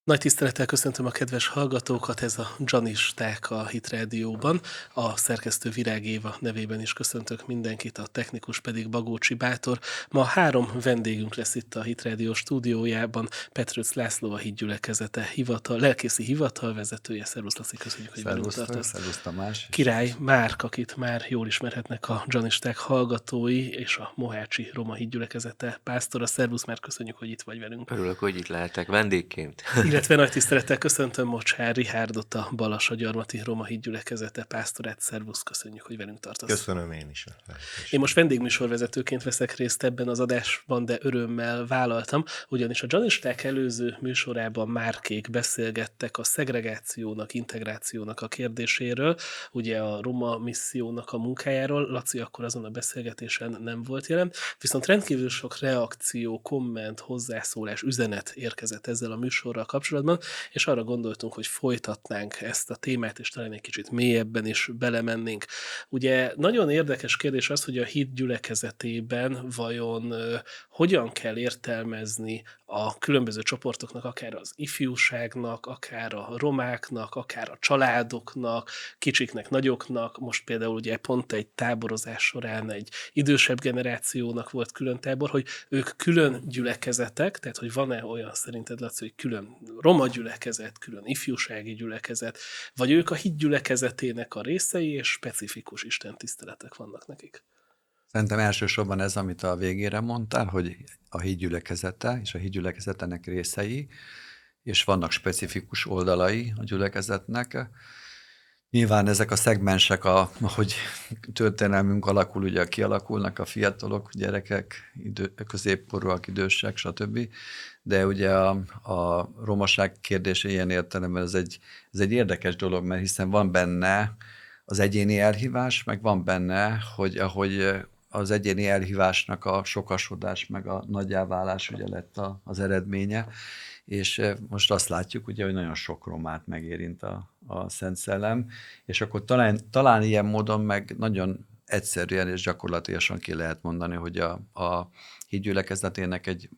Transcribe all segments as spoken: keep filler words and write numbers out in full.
Nagy tisztelettel köszöntöm a kedves hallgatókat, ez a Dzsanisták a Hit Rádióban. A szerkesztő Virág Éva nevében is köszöntök mindenkit, a technikus pedig Bagócsi Bátor. Ma három vendégünk lesz itt a Hit Rádió stúdiójában. Petrőc László, a Hitgyülekezete hivatal, lelkészi hivatal vezetője. Szervusz Laci, köszönjük, hogy velünk tartasz. Szervusz Tamás. Király Márk, akit már jól ismerhetnek a Dzsanisták hallgatói, és a Mohácsi Roma Hitgyülekezete pásztora. Szervusz Márk, köszönjük, hogy itt vagy velünk. Örülök, hogy itt lehetek vendégként. Illetve nagy tisztelettel köszöntöm Mocsár Rihárdot, a Balassagyarmati Roma Hitgyülekezete pásztorát. Szervusz, köszönjük, hogy velünk tartasz. Köszönöm én is. Én most vendégműsorvezetőként veszek részt ebben az adásban, de örömmel vállaltam, ugyanis a Dzsanisták előző műsorában Márkék beszélgettek a szegregációnak, integrációnak a kérdéséről, ugye a Roma missziónak a munkájáról. Laci akkor azon a beszélgetésen nem volt jelen, viszont rendkívül sok reakció, komment, hozzászólás, üzenet érkezett ezzel a műsorral kapcsolatban, és arra gondoltunk, hogy folytatnánk ezt a témát, és talán egy kicsit mélyebben is belemennénk. Ugye nagyon érdekes kérdés az, hogy a hit gyülekezetében vajon uh, hogyan kell értelmezni a különböző csoportoknak, akár az ifjúságnak, akár a romáknak, akár a családoknak, kicsiknek, nagyoknak. Most például ugye pont egy táborozás során egy idősebb generációnak volt külön tábor, hogy ők külön gyülekezetek, tehát hogy van-e olyan szerinted, Laci, hogy külön roma gyülekezet, külön ifjúsági gyülekezet, vagy ők a hit gyülekezetének a részei, és specifikus istentiszteletek vannak nekik? Szerintem elsősorban ez, amit a végére mondtál, hogy a hídgyülekezete és a hídgyülekezetenek részei, és vannak specifikus oldalai a gyülekezetnek. Nyilván ezek a szegmensek, a, ahogy történelmünk alakul, ugye kialakulnak a fiatalok, gyerekek, idő, középkorúak, idősek, stb. De ugye a, a romaság kérdése ilyen értelemben ez egy, ez egy érdekes dolog, mert hiszen van benne az egyéni elhívás, meg van benne, hogy ahogy az egyéni elhívásnak a sokasodás, meg a nagyjáválás ugye lett a, az eredménye, és most azt látjuk, ugye, hogy nagyon sok romát megérint a, a Szent Szellem, és akkor talán, talán ilyen módon meg nagyon egyszerűen és gyakorlatilag ki lehet mondani, hogy a, a hit gyülekezetének egy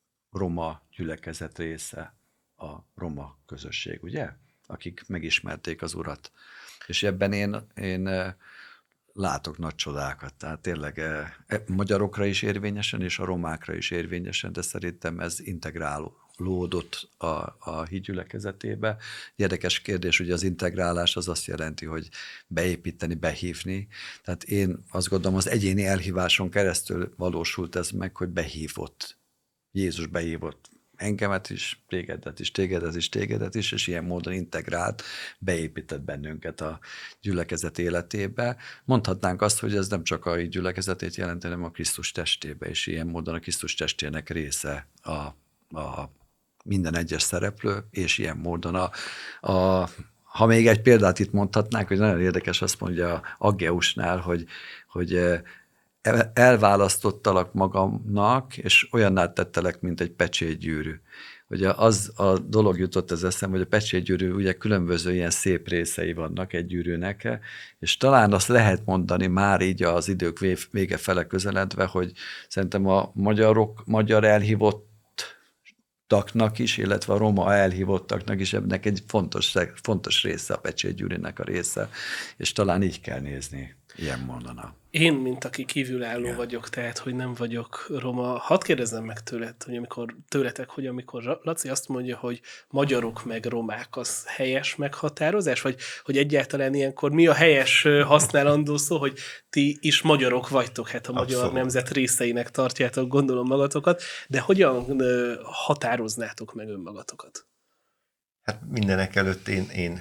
roma gyülekezet része a roma közösség, ugye? Akik megismerték az Urat. És ebben én, én látok nagy csodákat, tehát tényleg e, magyarokra is érvényesen, és a romákra is érvényesen, de szerintem ez integrálódott a, a hit gyülekezetébe. Érdekes kérdés, hogy az integrálás az azt jelenti, hogy beépíteni, behívni. Tehát én azt gondolom, az egyéni elhíváson keresztül valósult ez meg, hogy behívott. Jézus behívott engemet is, tégedet is, tégedet is, tégedet is, és ilyen módon integrált, beépített bennünket a gyülekezet életébe. Mondhatnánk azt, hogy ez nem csak a gyülekezetét jelenti, hanem a Krisztus testébe, és ilyen módon a Krisztus testének része a, a minden egyes szereplő, és ilyen módon a, a ha még egy példát itt mondhatnánk, hogy nagyon érdekes, azt mondja Aggeusnál, hogy, hogy elválasztottalak magamnak, és olyanná tettelek, mint egy pecsétgyűrű. Ugye az a dolog jutott az eszembe, hogy a pecsétgyűrű ugye különböző ilyen szép részei vannak egy gyűrűnek, és talán azt lehet mondani már így az idők vége fele közeledve, hogy szerintem a magyarok, magyar elhívottaknak is, illetve a roma elhívottaknak is ennek egy fontos, fontos része a pecsétgyűrűnek a része, és talán így kell nézni, ilyen mondana. Én, mint aki kívülálló Igen. vagyok, tehát, hogy nem vagyok roma, hadd kérdezzem meg tőled, hogy amikor, tőletek, hogy amikor Laci azt mondja, hogy magyarok meg romák, az helyes meghatározás? Vagy hogy egyáltalán ilyenkor mi a helyes használandó szó, hogy ti is magyarok vagytok, hát a magyar Abszolút. nemzet részeinek tartjátok, gondolom magatokat, de hogyan határoznátok meg önmagatokat? Hát mindenek előtt én, én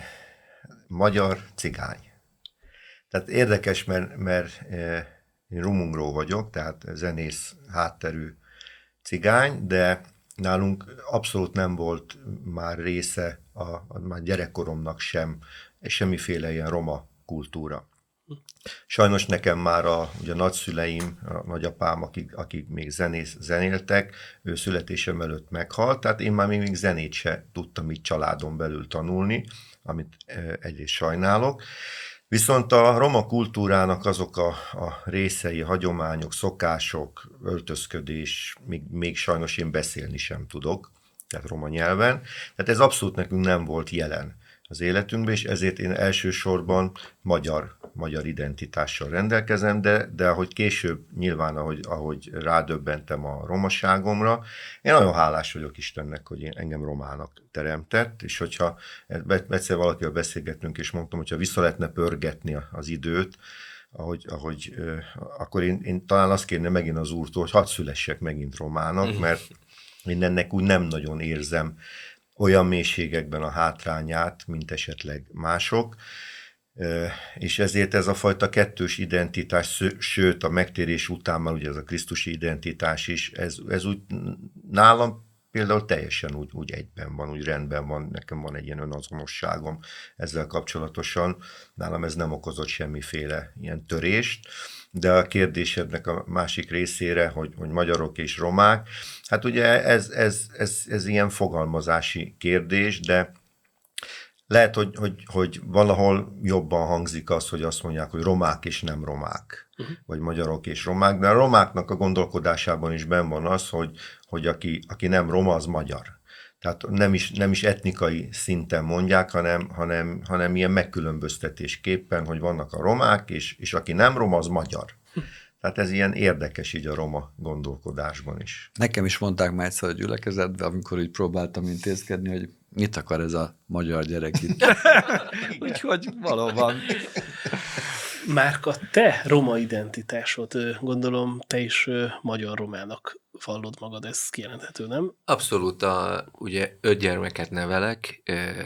magyar cigány. Tehát érdekes, mert, mert én rumungró vagyok, tehát zenész hátterű cigány, de nálunk abszolút nem volt már része a, a már gyerekkoromnak sem, semmiféle ilyen roma kultúra. Sajnos nekem már a, ugye a nagyszüleim, a nagyapám, akik, akik még zenész, zenéltek, ő születésem előtt meghalt, tehát én már még, még zenét se tudtam így családon belül tanulni, amit egyrészt sajnálok. Viszont a roma kultúrának azok a, a részei, hagyományok, szokások, öltözködés, még, még sajnos én beszélni sem tudok. tehát roma nyelven. Tehát ez abszolút nekünk nem volt jelen az életünkben, és ezért én elsősorban magyar, magyar identitással rendelkezem, de, de ahogy később nyilván, ahogy, ahogy rádöbbentem a romaságomra, én nagyon hálás vagyok Istennek, hogy én, engem romának teremtett, és hogyha egyszer valakivel beszélgettünk, és mondtam, hogyha vissza lehetne pörgetni az időt, ahogy, ahogy akkor én, én talán azt kérném megint az Úrtól, hogy hadd szülessek megint romának, mert én ennek úgy nem nagyon érzem olyan mélységekben a hátrányát, mint esetleg mások, és ezért ez a fajta kettős identitás, sőt a megtérés után már ugye ez a krisztusi identitás is, ez, ez úgy nálam például teljesen úgy, úgy egyben van, úgy rendben van, nekem van egy ilyen önazonosságom ezzel kapcsolatosan, nálam ez nem okozott semmiféle ilyen törést, de a kérdésednek a másik részére, hogy, hogy magyarok és romák, hát ugye ez, ez, ez, ez ilyen fogalmazási kérdés, de lehet, hogy, hogy, hogy valahol jobban hangzik az, hogy azt mondják, hogy romák és nem romák, uh-huh. vagy magyarok és romák, de a romáknak a gondolkodásában is benn van az, hogy, hogy aki, aki nem roma, az magyar. Tehát nem is, nem is etnikai szinten mondják, hanem, hanem, hanem ilyen megkülönböztetésképpen, hogy vannak a romák, és, és aki nem roma, az magyar. Tehát ez ilyen érdekes így a roma gondolkodásban is. Nekem is mondták már egyszer a gyülekezetben, amikor így próbáltam intézkedni, hogy mit akar ez a magyar gyerek itt. Úgyhogy valóban. Márk, a te roma identitásod, gondolom te is magyar-romának vallod magad, ez kijelenthető, nem? Abszolút, a, ugye öt gyermeket nevelek,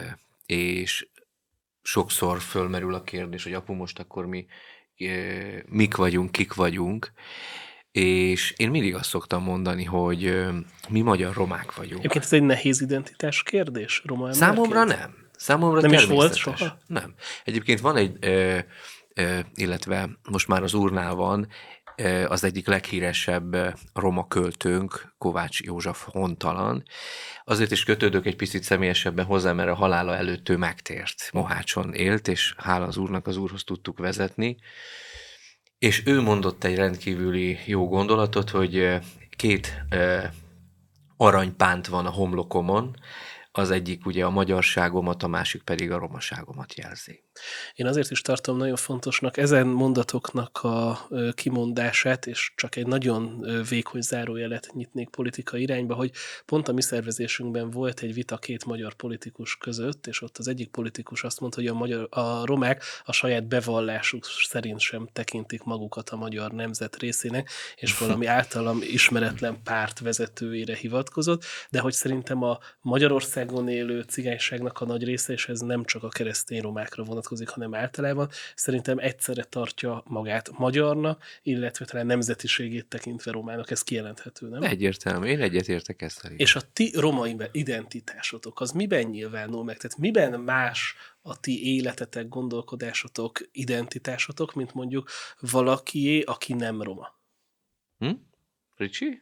és sokszor fölmerül a kérdés, hogy apu, most akkor mi mik vagyunk, kik vagyunk, és én mindig azt szoktam mondani, hogy mi magyar romák vagyunk. Egyébként ez egy nehéz identitás kérdés, roma emberként? Számomra nem. Számomra nem is volt természetes. soha? Nem. Egyébként van egy, ö, ö, illetve most már az Úrnál van, ö, az egyik leghíresebb roma költőnk, Kovács József Hontalan. Azért is kötődök egy picit személyesebben hozzá, mert a halála előtt ő megtért. Mohácson élt, és hála az Úrnak az Úrhoz tudtuk vezetni. És ő mondott egy rendkívüli jó gondolatot, hogy két ö, aranypánt van a homlokomon, az egyik ugye a magyarságomat, a másik pedig a romaságomat jelzi. Én azért is tartom nagyon fontosnak ezen mondatoknak a kimondását, és csak egy nagyon vékony zárójelet nyitnék politikai irányba, hogy pont a mi szervezésünkben volt egy vita két magyar politikus között, és ott az egyik politikus azt mondta, hogy a, magyar, a romák a saját bevallásuk szerint sem tekintik magukat a magyar nemzet részének, és valami általam ismeretlen párt vezetőjére hivatkozott, de hogy szerintem a Magyarországon élő cigányságnak a nagy része, és ez nem csak a keresztény romákra vonatkozik, hanem általában szerintem egyszerre tartja magát magyarnak, illetve talán nemzetiségét tekintve romának, ez kijelenthető, nem? Egyértelmű, én egyetértek ezt szerint. És a ti roma identitásotok, az miben nyilvánul meg? Tehát miben más a ti életetek, gondolkodásotok, identitásotok, mint mondjuk valakié, aki nem roma? Hm? Ricsi?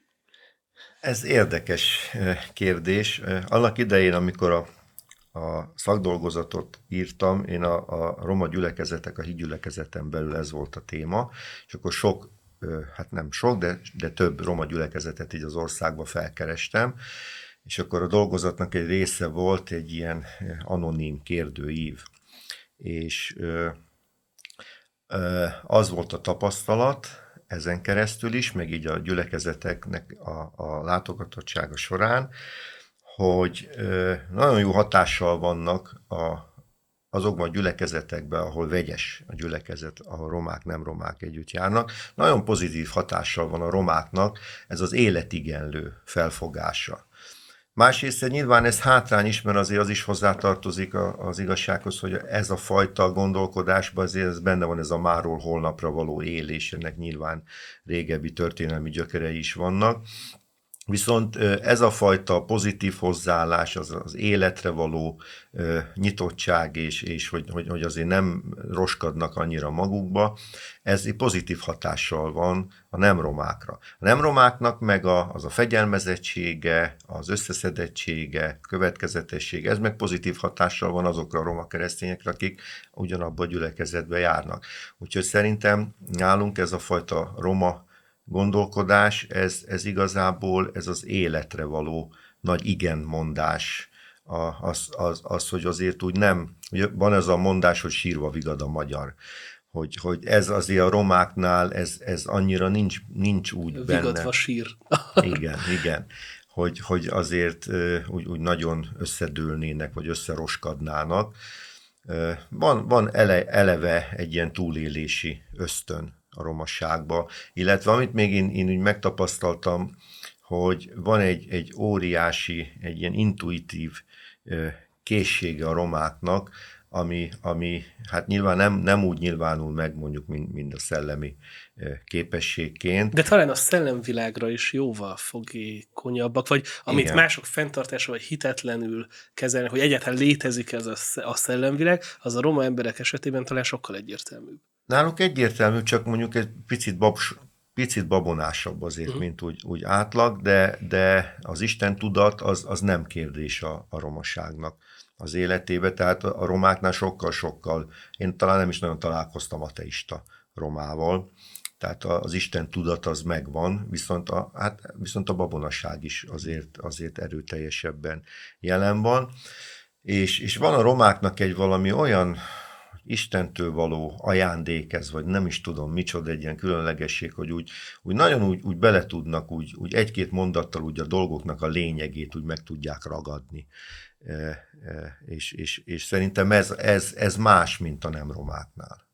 Ez érdekes kérdés. Annak idején, amikor a A szakdolgozatot írtam, én a, a roma gyülekezetek, a hídgyülekezeten belül ez volt a téma, és akkor sok, hát nem sok, de, de több roma gyülekezetet így az országba felkerestem, és akkor a dolgozatnak egy része volt egy ilyen anonim kérdőív, és ö, ö, az volt a tapasztalat ezen keresztül is, meg így a gyülekezeteknek a, a látogatottsága során, hogy nagyon jó hatással vannak a, azokban a gyülekezetekben, ahol vegyes a gyülekezet, ahol romák, nem romák együtt járnak. Nagyon pozitív hatással van a romáknak ez az életigenlő felfogása. Másrészt nyilván ez hátrány is, mert azért az is hozzátartozik az igazsághoz, hogy ez a fajta gondolkodásban azért ez benne van ez a máról holnapra való élés, ennek nyilván régebbi történelmi gyökerei is vannak. Viszont ez a fajta pozitív hozzáállás, az, az életre való uh, nyitottság, és, és hogy, hogy, hogy azért nem roskadnak annyira magukba, ez pozitív hatással van a nem romákra. A nem romáknak meg a, az a fegyelmezettsége, az összeszedettsége, következetessége, ez meg pozitív hatással van azokra a roma keresztényekre, akik ugyanabban a gyülekezetben járnak. Úgyhogy szerintem nálunk ez a fajta roma gondolkodás, ez, ez igazából ez az életre való nagy igenmondás, a, az, az, az, hogy azért úgy nem, ugye van ez a mondás, hogy sírva vigad a magyar, hogy, hogy ez azért a romáknál, ez, ez annyira nincs, nincs úgy Vigadva benne. Vigadva sír. Igen, igen. Hogy, hogy azért úgy, úgy nagyon összedőlnének, vagy összeroskadnának. Van, van ele, eleve egy ilyen túlélési ösztön a romaságba, illetve amit még én, én úgy megtapasztaltam, hogy van egy, egy óriási, egy ilyen intuitív készsége a romáknak, ami, ami hát nyilván nem, nem úgy nyilvánul meg mondjuk, mint, mint a szellemi képességként. De talán a szellemvilágra is jóval fogékonyabbak, vagy amit Igen. mások fenntartása vagy hitetlenül kezelnek, hogy egyáltalán létezik ez a, a szellemvilág, az a roma emberek esetében talán sokkal egyértelműbb. Náluk egyértelmű, csak mondjuk egy picit, babs, picit babonásabb azért, uh-huh. mint úgy, úgy átlag, de, de az Isten tudat az, az nem kérdés a, a romaságnak az életébe, tehát a romáknál sokkal-sokkal, én talán nem is nagyon találkoztam ateista romával, tehát az Isten tudat az megvan, viszont a, hát, viszont a babonasság is azért, azért erőteljesebben jelen van, és, és van a romáknak egy valami olyan Istentől való ajándékez, vagy nem is tudom micsoda, egy ilyen különlegesség, hogy úgy, úgy nagyon úgy, úgy bele tudnak, úgy, úgy egy-két mondattal úgy a dolgoknak a lényegét úgy meg tudják ragadni. E, e, és, és, és szerintem ez, ez, ez más, mint a nem romáknál.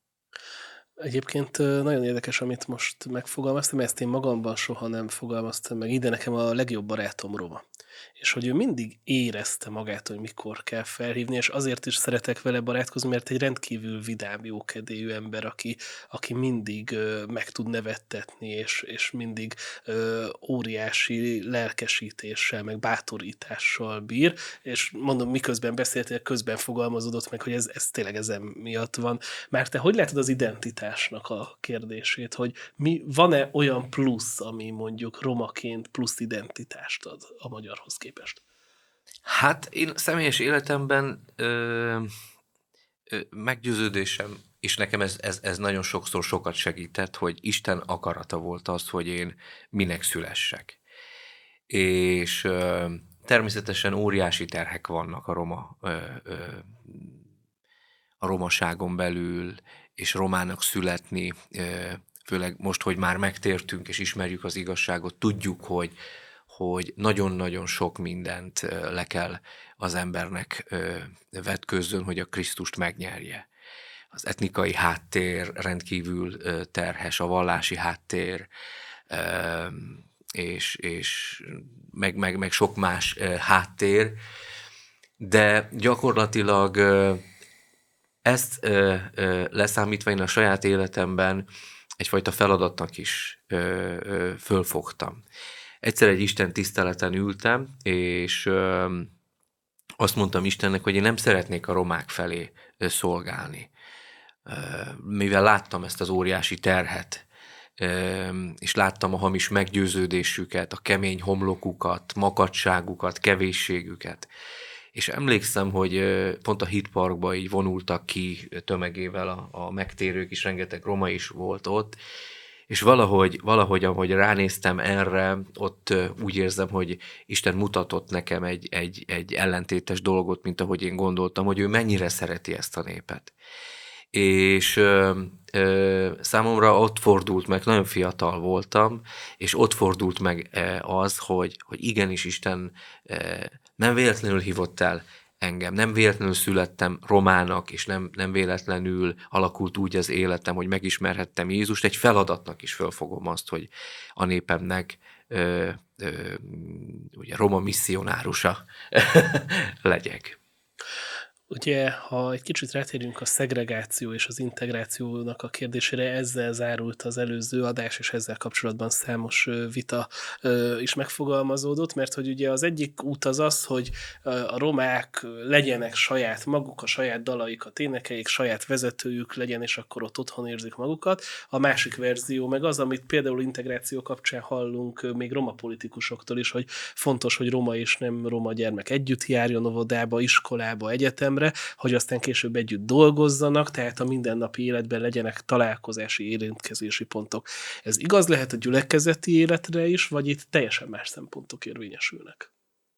Egyébként nagyon érdekes, amit most megfogalmaztam, ezt én magamban soha nem fogalmaztam meg. Ide nekem a legjobb barátom roma. És hogy ő mindig érezte magát, hogy mikor kell felhívni, és azért is szeretek vele barátkozni, mert egy rendkívül vidám, jókedélyű ember, aki, aki mindig ö, meg tud nevettetni, és, és mindig ö, óriási lelkesítéssel, meg bátorítással bír, és mondom, miközben beszéltél, közben fogalmazódott meg, hogy ez, ez tényleg ezen miatt van. Már te hogy látod az identitásnak a kérdését, hogy mi, van-e olyan plusz, ami mondjuk romaként plusz identitást ad a magyarhoz képest? Hát én személyes életemben ö, ö, meggyőződésem, és nekem ez, ez, ez nagyon sokszor sokat segített, hogy Isten akarata volt az, hogy én minek szülessek. És ö, természetesen óriási terhek vannak a roma ö, ö, a romaságon belül, és romának születni, ö, főleg most, hogy már megtértünk, és ismerjük az igazságot, tudjuk, hogy hogy nagyon-nagyon sok mindent le kell az embernek vetközzön, hogy a Krisztust megnyerje. Az etnikai háttér rendkívül terhes, a vallási háttér, és, és meg, meg, meg sok más háttér, de gyakorlatilag ezt leszámítva én a saját életemben egyfajta feladatnak is fölfogtam. Egyszer egy Isten tiszteleten ültem, és ö, azt mondtam Istennek, hogy én nem szeretnék a romák felé ö, szolgálni. Ö, mivel láttam ezt az óriási terhet, ö, és láttam a hamis meggyőződésüket, a kemény homlokukat, makacságukat, kevésségüket. És emlékszem, hogy ö, pont a Hitparkba így vonultak ki tömegével a, a megtérők is, rengeteg roma is volt ott, és valahogy, valahogy, ahogy ránéztem erre, ott úgy érzem, hogy Isten mutatott nekem egy, egy, egy ellentétes dolgot, mint ahogy én gondoltam, hogy ő mennyire szereti ezt a népet. És ö, ö, számomra ott fordult meg, nagyon fiatal voltam, és ott fordult meg az, hogy, hogy igenis Isten nem véletlenül hívott el engem. Nem véletlenül születtem romának, és nem, nem véletlenül alakult úgy az életem, hogy megismerhettem Jézust. Egy feladatnak is fölfogom azt, hogy a népemnek ö, ö, ugye roma misszionárusa legyek. Ugye, ha egy kicsit rátérünk a szegregáció és az integrációnak a kérdésére, ezzel zárult az előző adás, és ezzel kapcsolatban számos vita is megfogalmazódott, mert hogy ugye az egyik út az az, hogy a romák legyenek saját maguk, a saját dalaikat énekeljék, saját vezetőjük legyen, és akkor ott otthon érzik magukat. A másik verzió meg az, amit például integráció kapcsán hallunk még roma politikusoktól is, hogy fontos, hogy roma és nem roma gyermek együtt járjon óvodába, iskolába, egyetemre, hogy aztán később együtt dolgozzanak, tehát a mindennapi életben legyenek találkozási, érintkezési pontok. Ez igaz lehet a gyülekezeti életre is, vagy itt teljesen más szempontok érvényesülnek?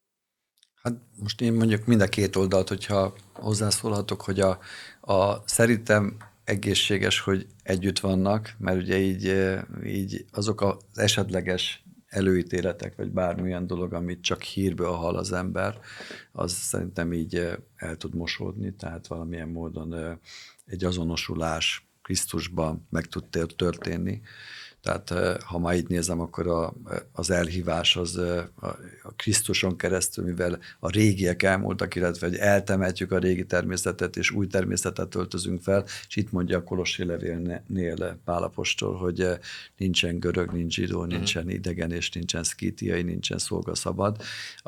Hát most én mondjuk mind a két oldalt, hogyha hozzászólhatok, hogy a, a szerintem egészséges, hogy együtt vannak, mert ugye így, így azok az esetleges előítéletek, vagy bármilyen dolog, amit csak hírből hall az ember, az szerintem így el tud mosódni, tehát valamilyen módon egy azonosulás Krisztusban meg tud történni. Tehát ha ma így nézem, akkor a, az elhívás az a Krisztuson keresztül, mivel a régiek elmúltak, illetve hogy eltemetjük a régi természetet, és új természetet öltözünk fel, és itt mondja a Kolossi levélnél Pál apostol, hogy nincsen görög, nincs zsidó, nincsen idegen, és nincsen szkítiai, nincsen szolgaszabad.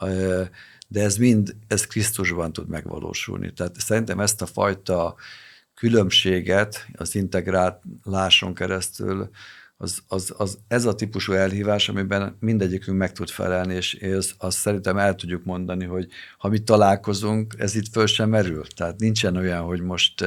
De ez mind, ez Krisztusban tud megvalósulni. Tehát szerintem ezt a fajta különbséget az integráláson keresztül Az, az, az, ez a típusú elhívás, amiben mindegyikünk meg tud felelni, és ez, azt szerintem el tudjuk mondani, hogy ha mi találkozunk, ez itt föl sem merül. Tehát nincsen olyan, hogy most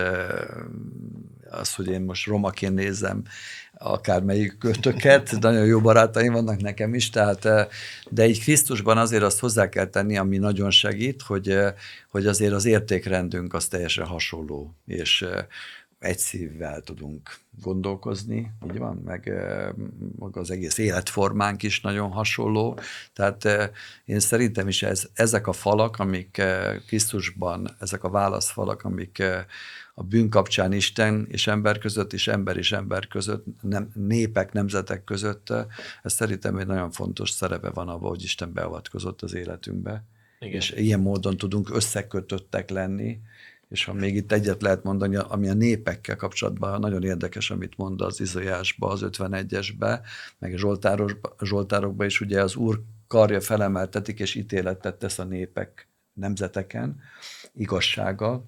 az, hogy én most romaként nézem akármelyik kötöket, nagyon jó barátaim vannak nekem is, tehát, de így Krisztusban azért azt hozzá kell tenni, ami nagyon segít, hogy, hogy azért az értékrendünk az teljesen hasonló, és egy szívvel tudunk gondolkozni, így van, meg maga az egész életformánk is nagyon hasonló. Tehát én szerintem is ez, ezek a falak, amik Krisztusban, ezek a válaszfalak, amik a bűn kapcsán Isten és ember között, és ember és ember között, nem, népek, nemzetek között, ez szerintem egy nagyon fontos szerepe van abban, hogy Isten beavatkozott az életünkbe. Igen. És ilyen módon tudunk összekötöttek lenni, és ha még itt egyet lehet mondani, ami a népekkel kapcsolatban nagyon érdekes, amit mond az Izaiásba, az ötvenegyesbe, meg a Zsoltáros, Zsoltárokban is, ugye az Úr karja felemeltetik, és ítéletet tesz a népek nemzeteken, igazsággal.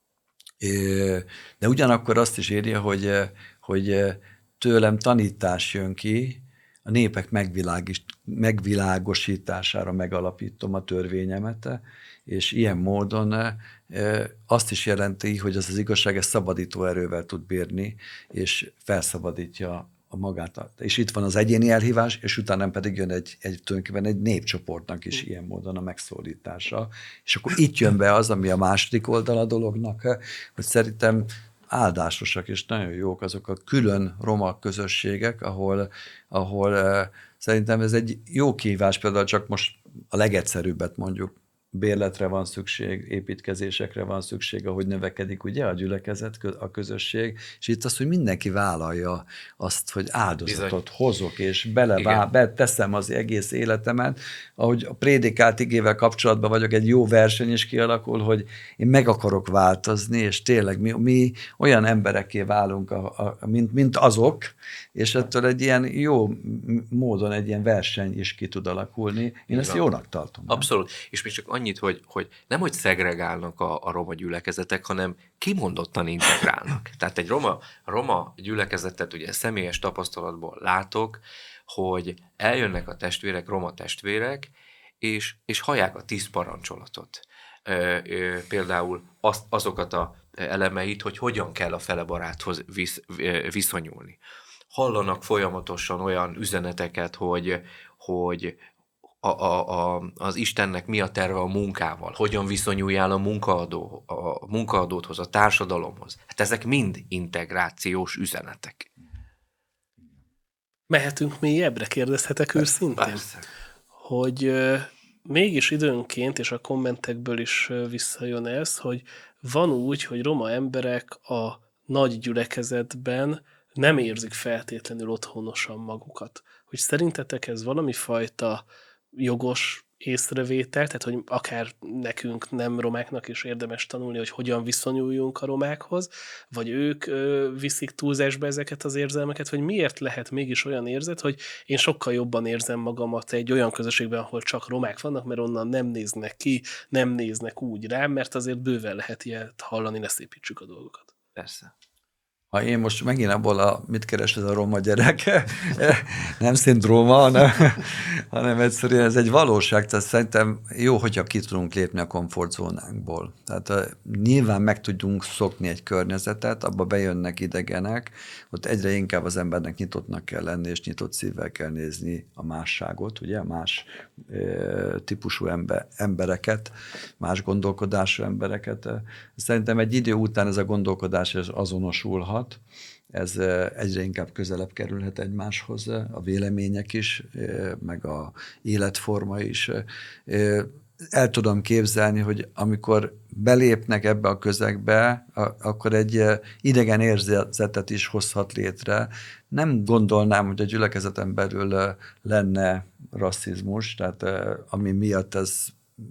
De ugyanakkor azt is írja, hogy, hogy tőlem tanítás jön ki, a népek megvilágosítására megalapítom a törvényemet, és ilyen módon azt is jelenti, hogy az az igazság ez szabadító erővel tud bírni, és felszabadítja a magát. És itt van az egyéni elhívás, és utána pedig jön egy, egy tulajdonképpen egy népcsoportnak is ilyen módon a megszólítása. És akkor itt jön be az, ami a második oldal a dolognak, hogy szerintem áldásosak és nagyon jók azok a külön roma közösségek, ahol, ahol uh, szerintem ez egy jó kihívás, például csak most a legegyszerűbbet mondjuk, bérletre van szükség, építkezésekre van szükség, ahogy növekedik ugye a gyülekezet, a közösség, és itt az, hogy mindenki vállalja azt, hogy áldozatot Bizony. hozok, és bele beteszem az egész életemet, ahogy a prédikált igével kapcsolatban vagyok, egy jó verseny is kialakul, hogy én meg akarok változni, és tényleg mi, mi olyan emberekké válunk, a, a, mint, mint azok, és ettől egy ilyen jó módon egy ilyen verseny is ki tud alakulni. Én Igen. ezt jónak tartom. Abszolút. Nem? És még csak annyit, hogy, hogy nem, hogy szegregálnak a, a roma gyülekezetek, hanem kimondottan integrálnak. Tehát egy roma, roma gyülekezetet ugye személyes tapasztalatból látok, hogy eljönnek a testvérek, roma testvérek, és, és hallják a tíz parancsolatot. Ö, ö, például az, azokat az elemeit, hogy hogyan kell a fele baráthoz visz, viszonyulni. Hallanak folyamatosan olyan üzeneteket, hogy, hogy a, a, a, az Istennek mi a terve a munkával, hogyan viszonyuljál a, munkaadó, a munkaadóthoz, a társadalomhoz. Hát ezek mind integrációs üzenetek. Mehetünk mélyebbre, kérdezhetek Persze. őszintén? Persze. Hogy euh, mégis időnként, és a kommentekből is euh, visszajön ez, hogy van úgy, hogy roma emberek a nagy gyülekezetben nem érzik feltétlenül otthonosan magukat. Hogy szerintetek ez valami fajta jogos észrevétel, tehát hogy akár nekünk nem romáknak is érdemes tanulni, hogy hogyan viszonyuljunk a romákhoz, vagy ők ö, viszik túlzásba ezeket az érzelmeket, vagy miért lehet mégis olyan érzet, hogy én sokkal jobban érzem magamat egy olyan közösségben, ahol csak romák vannak, mert onnan nem néznek ki, nem néznek úgy rám, mert azért bőven lehet ilyet hallani, ne szépítsük a dolgokat. Persze. Ha én most megint abból a, mit keres ez a roma gyerek, nem szindróma, hanem, hanem egyszerűen ez egy valóság, tehát szerintem jó, hogyha ki tudunk lépni a komfortzónánkból. Tehát nyilván meg tudjunk szokni egy környezetet, abba bejönnek idegenek, ott egyre inkább az embernek nyitottnak kell lenni, és nyitott szívvel kell nézni a másságot, ugye, más e, típusú ember, embereket, más gondolkodású embereket. Szerintem egy idő után ez a gondolkodás azonosulhat, ez egyre inkább közelebb kerülhet egymáshoz, a vélemények is, meg a életforma is. El tudom képzelni, hogy amikor belépnek ebbe a közegbe, akkor egy idegen érzetet is hozhat létre. Nem gondolnám, hogy a gyülekezeten belül lenne rasszizmus, tehát ami miatt ez,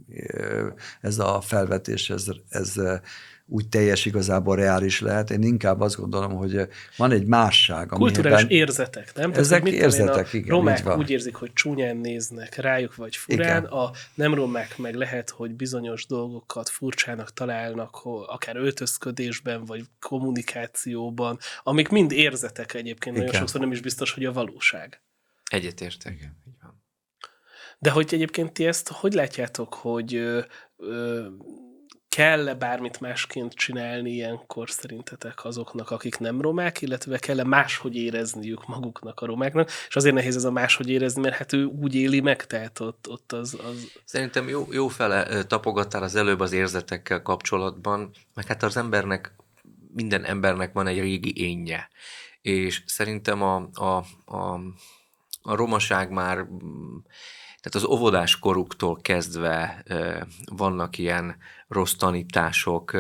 ez a felvetés, ez, ez úgy teljes igazából reális lehet. Én inkább azt gondolom, hogy van egy másság. Kulturális amiben... érzetek, nem? Ezek Tehát, érzetek, a igen. Romák úgy érzik, hogy csúnyán néznek rájuk, vagy furán, igen. A nem romák meg lehet, hogy bizonyos dolgokat furcsának találnak, akár öltözködésben, vagy kommunikációban, amik mind érzetek egyébként, igen. Nagyon sokszor nem is biztos, hogy a valóság. Egyetértek. Igen, így van. De hogy egyébként ti ezt hogy látjátok, hogy ö, ö, kell-e bármit másként csinálni ilyenkor szerintetek azoknak, akik nem romák, illetve kell-e máshogy érezniük maguknak a romáknak, és azért nehéz ez a máshogy érezni, mert hát ő úgy éli meg, tehát ott, ott az, az... Szerintem jó, jó fele tapogattál az előbb az érzetekkel kapcsolatban, meg hát az embernek, minden embernek van egy régi énje, és szerintem a, a, a, a romaság már... Tehát az óvodás koruktól kezdve vannak ilyen rossz tanítások,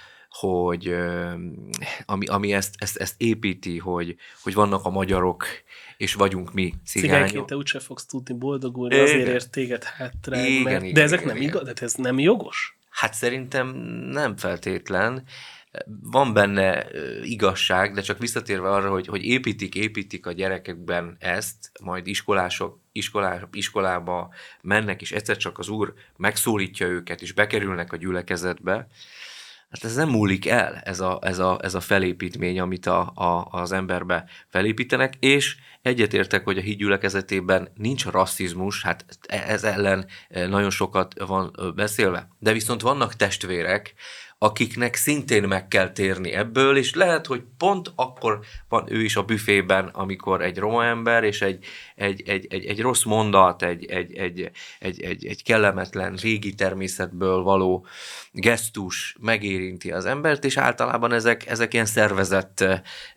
hogy ami, ami ezt, ezt, ezt építi, hogy, hogy vannak a magyarok, és vagyunk mi cigányok. Cigányként te úgyse fogsz tudni boldogulni, azért ért téged hátrány. Igen, mert... igen, de ezek igen, nem igaz? De ez nem jogos? Hát szerintem nem feltétlen. Van benne igazság, de csak visszatérve arra, hogy, hogy építik, építik a gyerekekben ezt, majd iskolások, iskolá, iskolába mennek, és egyszer csak az Úr megszólítja őket, és bekerülnek a gyülekezetbe. Hát ez nem múlik el, ez a, ez a, ez a felépítmény, amit a, a, az emberbe felépítenek, és egyetértek, hogy a híd gyülekezetében nincs rasszizmus, hát ez ellen nagyon sokat van beszélve, de viszont vannak testvérek, akiknek szintén meg kell térni ebből, és lehet, hogy pont akkor van ő is a büfében, amikor egy roma ember, és egy, egy, egy, egy, egy rossz mondat, egy, egy, egy, egy, egy, egy kellemetlen régi természetből való gesztus megérinti az embert, és általában ezek, ezek ilyen szervezett,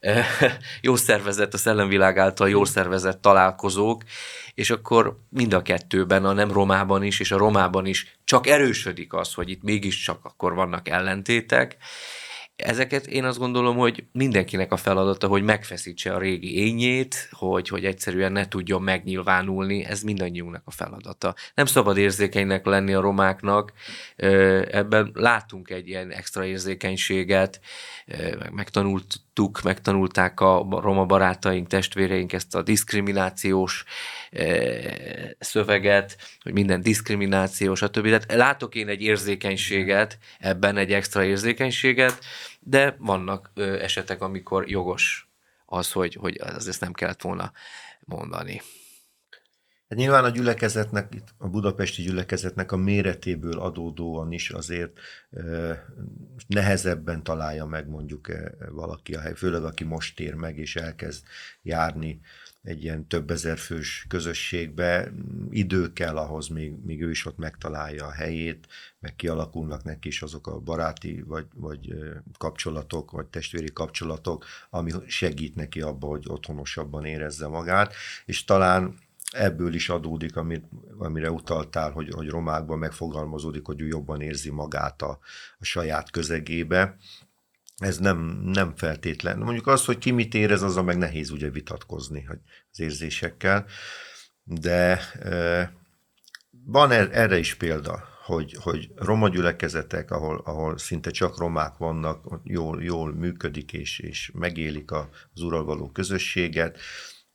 jó szervezett, a szellemvilág által jól szervezett találkozók, és akkor mind a kettőben, a nem romában is, és a romában is csak erősödik az, hogy itt mégiscsak akkor vannak ellentétek. Ezeket én azt gondolom, hogy mindenkinek a feladata, hogy megfeszítse a régi énjét, hogy, hogy egyszerűen ne tudjon megnyilvánulni, ez mindannyiunknak a feladata. Nem szabad érzékenynek lenni a romáknak, ebben látunk egy ilyen extra érzékenységet, megtanultuk, megtanulták a roma barátaink, testvéreink ezt a diszkriminációs szöveget, hogy minden diszkriminációs, stb. Tehát látok én egy érzékenységet, ebben egy extra érzékenységet, de vannak ö, esetek, amikor jogos az, hogy, hogy az ezt nem kellett volna mondani. Hát nyilván a gyülekezetnek, a budapesti gyülekezetnek a méretéből adódóan is azért ö, nehezebben találja meg mondjuk valaki a hely, főleg aki most tér meg és elkezd járni egy ilyen több ezer fős közösségbe, idő kell ahhoz, még, még ő is ott megtalálja a helyét, meg kialakulnak neki is azok a baráti vagy, vagy kapcsolatok, vagy testvéri kapcsolatok, ami segít neki abba, hogy otthonosabban érezze magát, és talán ebből is adódik, amit, amire utaltál, hogy, hogy romákban megfogalmazódik, hogy ő jobban érzi magát a, a saját közegébe. Ez nem, nem feltétlen. Mondjuk az, hogy ki mit érez, azzal meg nehéz ugye vitatkozni az érzésekkel, de e, van erre is példa, hogy, hogy roma gyülekezetek, ahol, ahol szinte csak romák vannak, jól, jól működik és, és megélik az Urral való közösséget,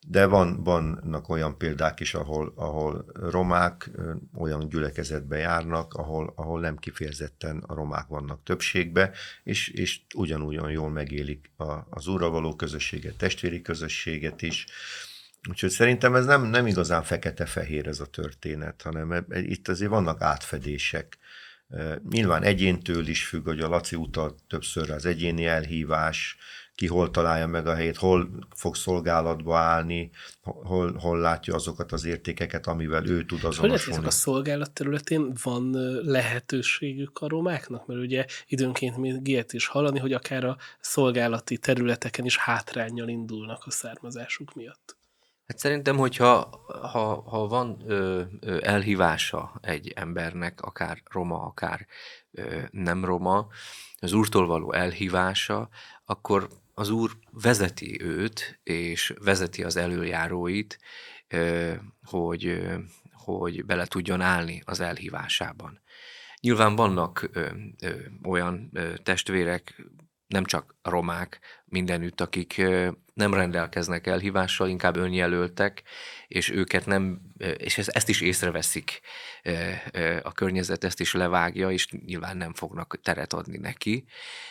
de van, vannak olyan példák is, ahol, ahol romák olyan gyülekezetbe járnak, ahol, ahol nem kifejezetten a romák vannak többségbe, és, és ugyanúgy jól megélik a, az Úrral való közösséget, testvéri közösséget is. Úgyhogy szerintem ez nem, nem igazán fekete-fehér ez a történet, hanem itt azért vannak átfedések. Nyilván egyéntől is függ, hogy a Laci utalt többször az egyéni elhívás, ki hol találja meg a helyét, hol fog szolgálatba állni, hol, hol látja azokat az értékeket, amivel ő tud azonosulni. Hogy lehet, a szolgálat területén van lehetőségük a romáknak? Mert ugye időnként még ilyet is hallani, hogy akár a szolgálati területeken is hátránnyal indulnak a származásuk miatt. Hát szerintem, hogyha ha, ha van ö, ö, elhívása egy embernek, akár roma, akár ö, nem roma, az Úrtól való elhívása, akkor az Úr vezeti őt, és vezeti az elöljáróit, ö, hogy, ö, hogy bele tudjon állni az elhívásában. Nyilván vannak ö, ö, olyan ö, testvérek, nem csak romák mindenütt, akik ö, nem rendelkeznek elhívással, inkább önjelöltek, és őket nem, és ezt is észreveszik a környezet, ezt is levágja, és nyilván nem fognak teret adni neki,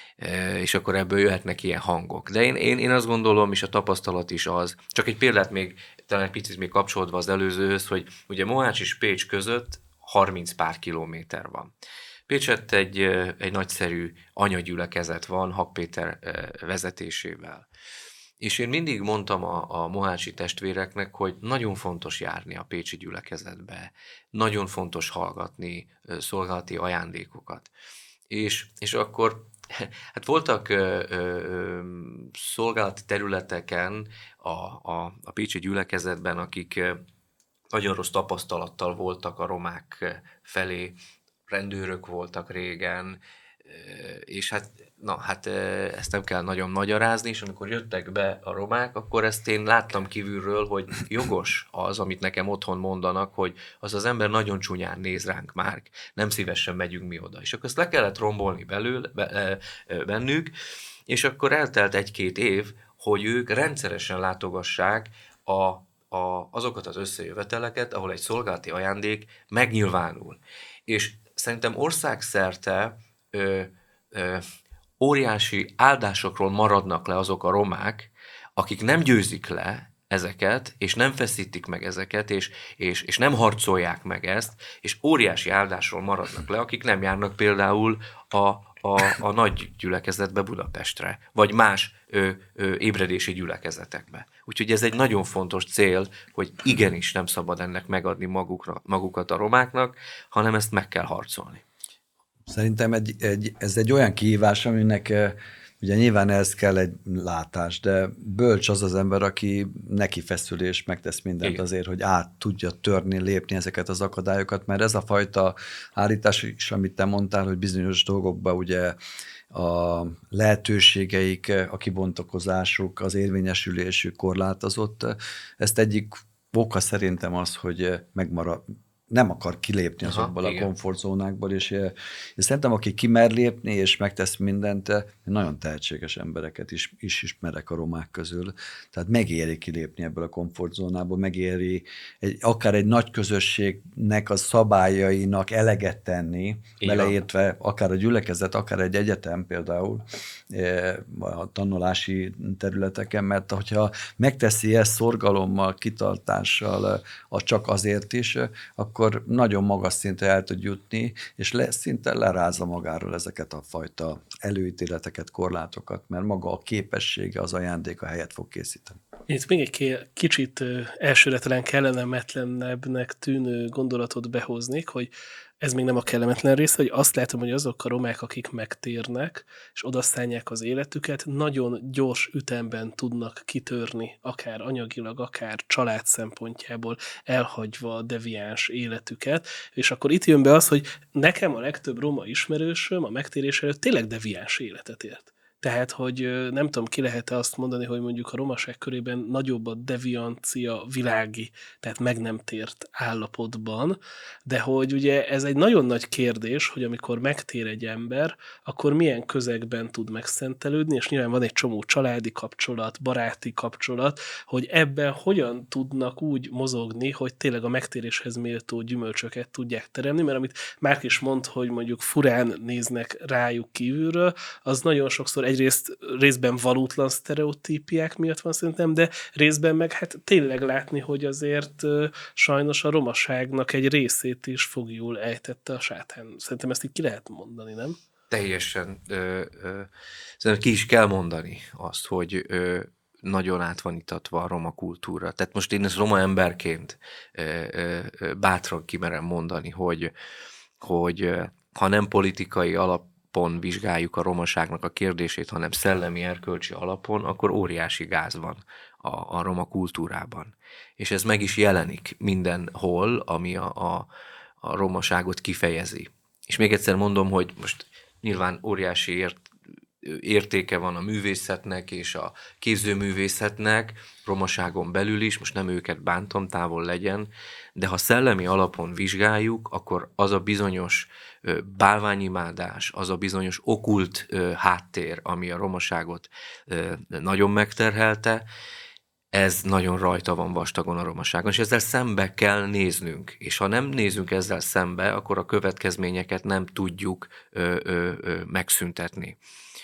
és akkor ebből jöhetnek ilyen hangok. De én, én, én azt gondolom, és a tapasztalat is az, csak egy példát még, talán egy picit még kapcsolódva az előzőhöz, hogy ugye Mohács és Pécs között harminc pár kilométer van. Pécsett egy, egy nagyszerű anyagyülekezet van, Hak Péter vezetésével. És én mindig mondtam a, a mohácsi testvéreknek, hogy nagyon fontos járni a pécsi gyülekezetbe, nagyon fontos hallgatni szolgálati ajándékokat. És, és akkor hát voltak ö, ö, szolgálati területeken a, a, a pécsi gyülekezetben, akik nagyon rossz tapasztalattal voltak a romák felé, rendőrök voltak régen, és hát, na, hát ezt nem kell nagyon magyarázni, és amikor jöttek be a romák, akkor ezt én láttam kívülről, hogy jogos az, amit nekem otthon mondanak, hogy az az ember nagyon csúnyán néz ránk már, nem szívesen megyünk mi oda. És akkor ezt le kellett rombolni belőle, be, bennük, és akkor eltelt egy-két év, hogy ők rendszeresen látogassák a, a, azokat az összejöveteleket, ahol egy szolgálati ajándék megnyilvánul. És szerintem országszerte Ö, ö, óriási áldásokról maradnak le azok a romák, akik nem győzik le ezeket, és nem feszítik meg ezeket, és, és, és nem harcolják meg ezt, és óriási áldásról maradnak le, akik nem járnak például a, a, a nagy gyülekezetbe Budapestre, vagy más ö, ö, ébredési gyülekezetekbe. Úgyhogy ez egy nagyon fontos cél, hogy igenis nem szabad ennek megadni magukra, magukat a romáknak, hanem ezt meg kell harcolni. Szerintem egy, egy, ez egy olyan kihívás, aminek ugye nyilván ez kell egy látás, de bölcs az az ember, aki neki feszül és megtesz mindent Igen. azért, hogy át tudja törni, lépni ezeket az akadályokat, mert ez a fajta állítás is, amit te mondtál, hogy bizonyos dolgokban ugye a lehetőségeik, a kibontakozásuk, az érvényesülésük korlátozott. Ezt egyik oka szerintem az, hogy megmarad, nem akar kilépni azokból Aha, a komfortzónákból, és, és szerintem, aki kimer lépni, és megtesz mindent, nagyon tehetséges embereket is, is ismerek a romák közül. Tehát megéri kilépni ebből a komfortzónából, megéri egy, akár egy nagy közösségnek a szabályainak eleget tenni, Igen. beleértve akár a gyülekezet, akár egy egyetem például a tanulási területeken, mert hogyha megteszi ezt szorgalommal, kitartással, csak azért is, akkor akkor nagyon magas szintre el tud jutni, és le, szinte lerázza magáról ezeket a fajta előítéleteket, korlátokat, mert maga a képessége, az ajándéka helyet fog készíteni. Itt még egy kicsit elsőre talán kellemetlenebbnek tűnő gondolatot behoznék, hogy ez még nem a kellemetlen része, hogy azt látom, hogy azok a romák, akik megtérnek, és odaszállják az életüket, nagyon gyors ütemben tudnak kitörni, akár anyagilag, akár család szempontjából, elhagyva a deviáns életüket, és akkor itt jön be az, hogy nekem a legtöbb roma ismerősöm a megtérés előtt tényleg deviáns életet élt. Tehát, hogy nem tudom, ki lehet-e azt mondani, hogy mondjuk a romaság körében nagyobb a deviancia világi, tehát meg nem tért állapotban, de hogy ugye ez egy nagyon nagy kérdés, hogy amikor megtér egy ember, akkor milyen közegben tud megszentelődni, és nyilván van egy csomó családi kapcsolat, baráti kapcsolat, hogy ebben hogyan tudnak úgy mozogni, hogy tényleg a megtéréshez méltó gyümölcsöket tudják teremni, mert amit Márk is mond, hogy mondjuk furán néznek rájuk kívülről, az nagyon sokszor egyrészt részben valótlan sztereotípiák miatt van szerintem, de részben meg hát tényleg látni, hogy azért uh, sajnos a romaságnak egy részét is fogjul ejtette a sátán. Szerintem ezt így ki lehet mondani, nem? Teljesen. Ö, ö, szerintem ki is kell mondani azt, hogy ö, nagyon át van itatva a roma kultúra. Tehát most én ezt roma emberként ö, ö, bátran kimerem mondani, hogy, hogy ha nem politikai alapon vizsgáljuk a romaságnak a kérdését, hanem szellemi erkölcsi alapon, akkor óriási gáz van a, a roma kultúrában. És ez meg is jelenik mindenhol, ami a, a, a romaságot kifejezi. És még egyszer mondom, hogy most nyilván óriási ért, értéke van a művészetnek és a képzőművészetnek, romaságon belül is, most nem őket bántom, távol legyen, de ha szellemi alapon vizsgáljuk, akkor az a bizonyos bálványimádás, az a bizonyos okkult háttér, ami a romaságot nagyon megterhelte, ez nagyon rajta van vastagon a romaságon, és ezzel szembe kell néznünk. És ha nem nézünk ezzel szembe, akkor a következményeket nem tudjuk ö, ö, ö, megszüntetni.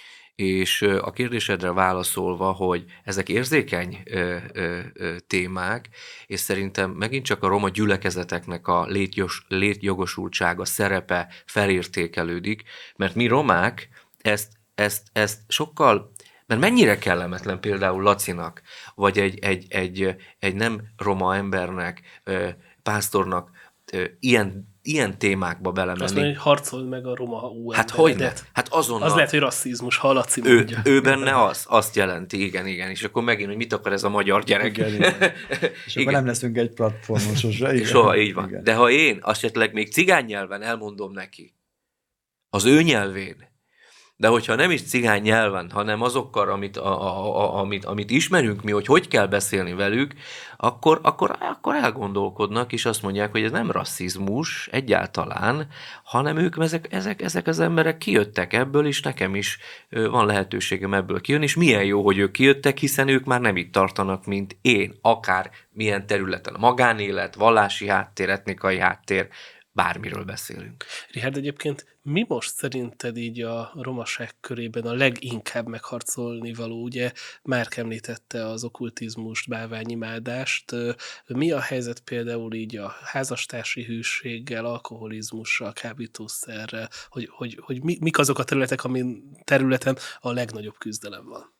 És a kérdésedre válaszolva, hogy ezek érzékeny ö, ö, ö, témák, és szerintem megint csak a roma gyülekezeteknek a létjos, létjogosultsága, szerepe felértékelődik, mert mi romák ezt, ezt, ezt sokkal... Mert mennyire kellemetlen például Lacinak, vagy egy, egy, egy, egy nem roma embernek, pásztornak ilyen, ilyen témákba belemenni. Azt mondja, hogy harcold meg a roma ú Hát hogyne? Hát azonnal. Az lehet, hogy rasszizmus, ha a Laci ő, mondja. ő benne az, azt jelenti, igen, igen. És akkor megint, hogy mit akar ez a magyar gyerek. Igen, igen. És igen. Akkor nem leszünk egy platformon sosem. Igen. Soha, így van. Igen. De ha én esetleg még cigány nyelven elmondom neki, az ő nyelvén, de hogyha nem is cigány nyelven, hanem azokkal, amit, a, a, a, amit, amit ismerünk mi, hogy hogy kell beszélni velük, akkor, akkor, akkor elgondolkodnak, és azt mondják, hogy ez nem rasszizmus egyáltalán, hanem ők, ezek, ezek, ezek az emberek kijöttek ebből, és nekem is van lehetőségem ebből kijönni, és milyen jó, hogy ők kijöttek, hiszen ők már nem itt tartanak, mint én, akár milyen területen, a magánélet, vallási háttér, etnikai háttér, bármiről beszélünk. Richard, egyébként mi most szerinted így a romaság körében a leginkább megharcolni való? Ugye Márk említette az okkultizmust, bálványimádást. Mi a helyzet például így a házastársi hűséggel, alkoholizmussal, kábítószerrel? Hogy, hogy, hogy mi, mik azok a területek, amin területen a legnagyobb küzdelem van?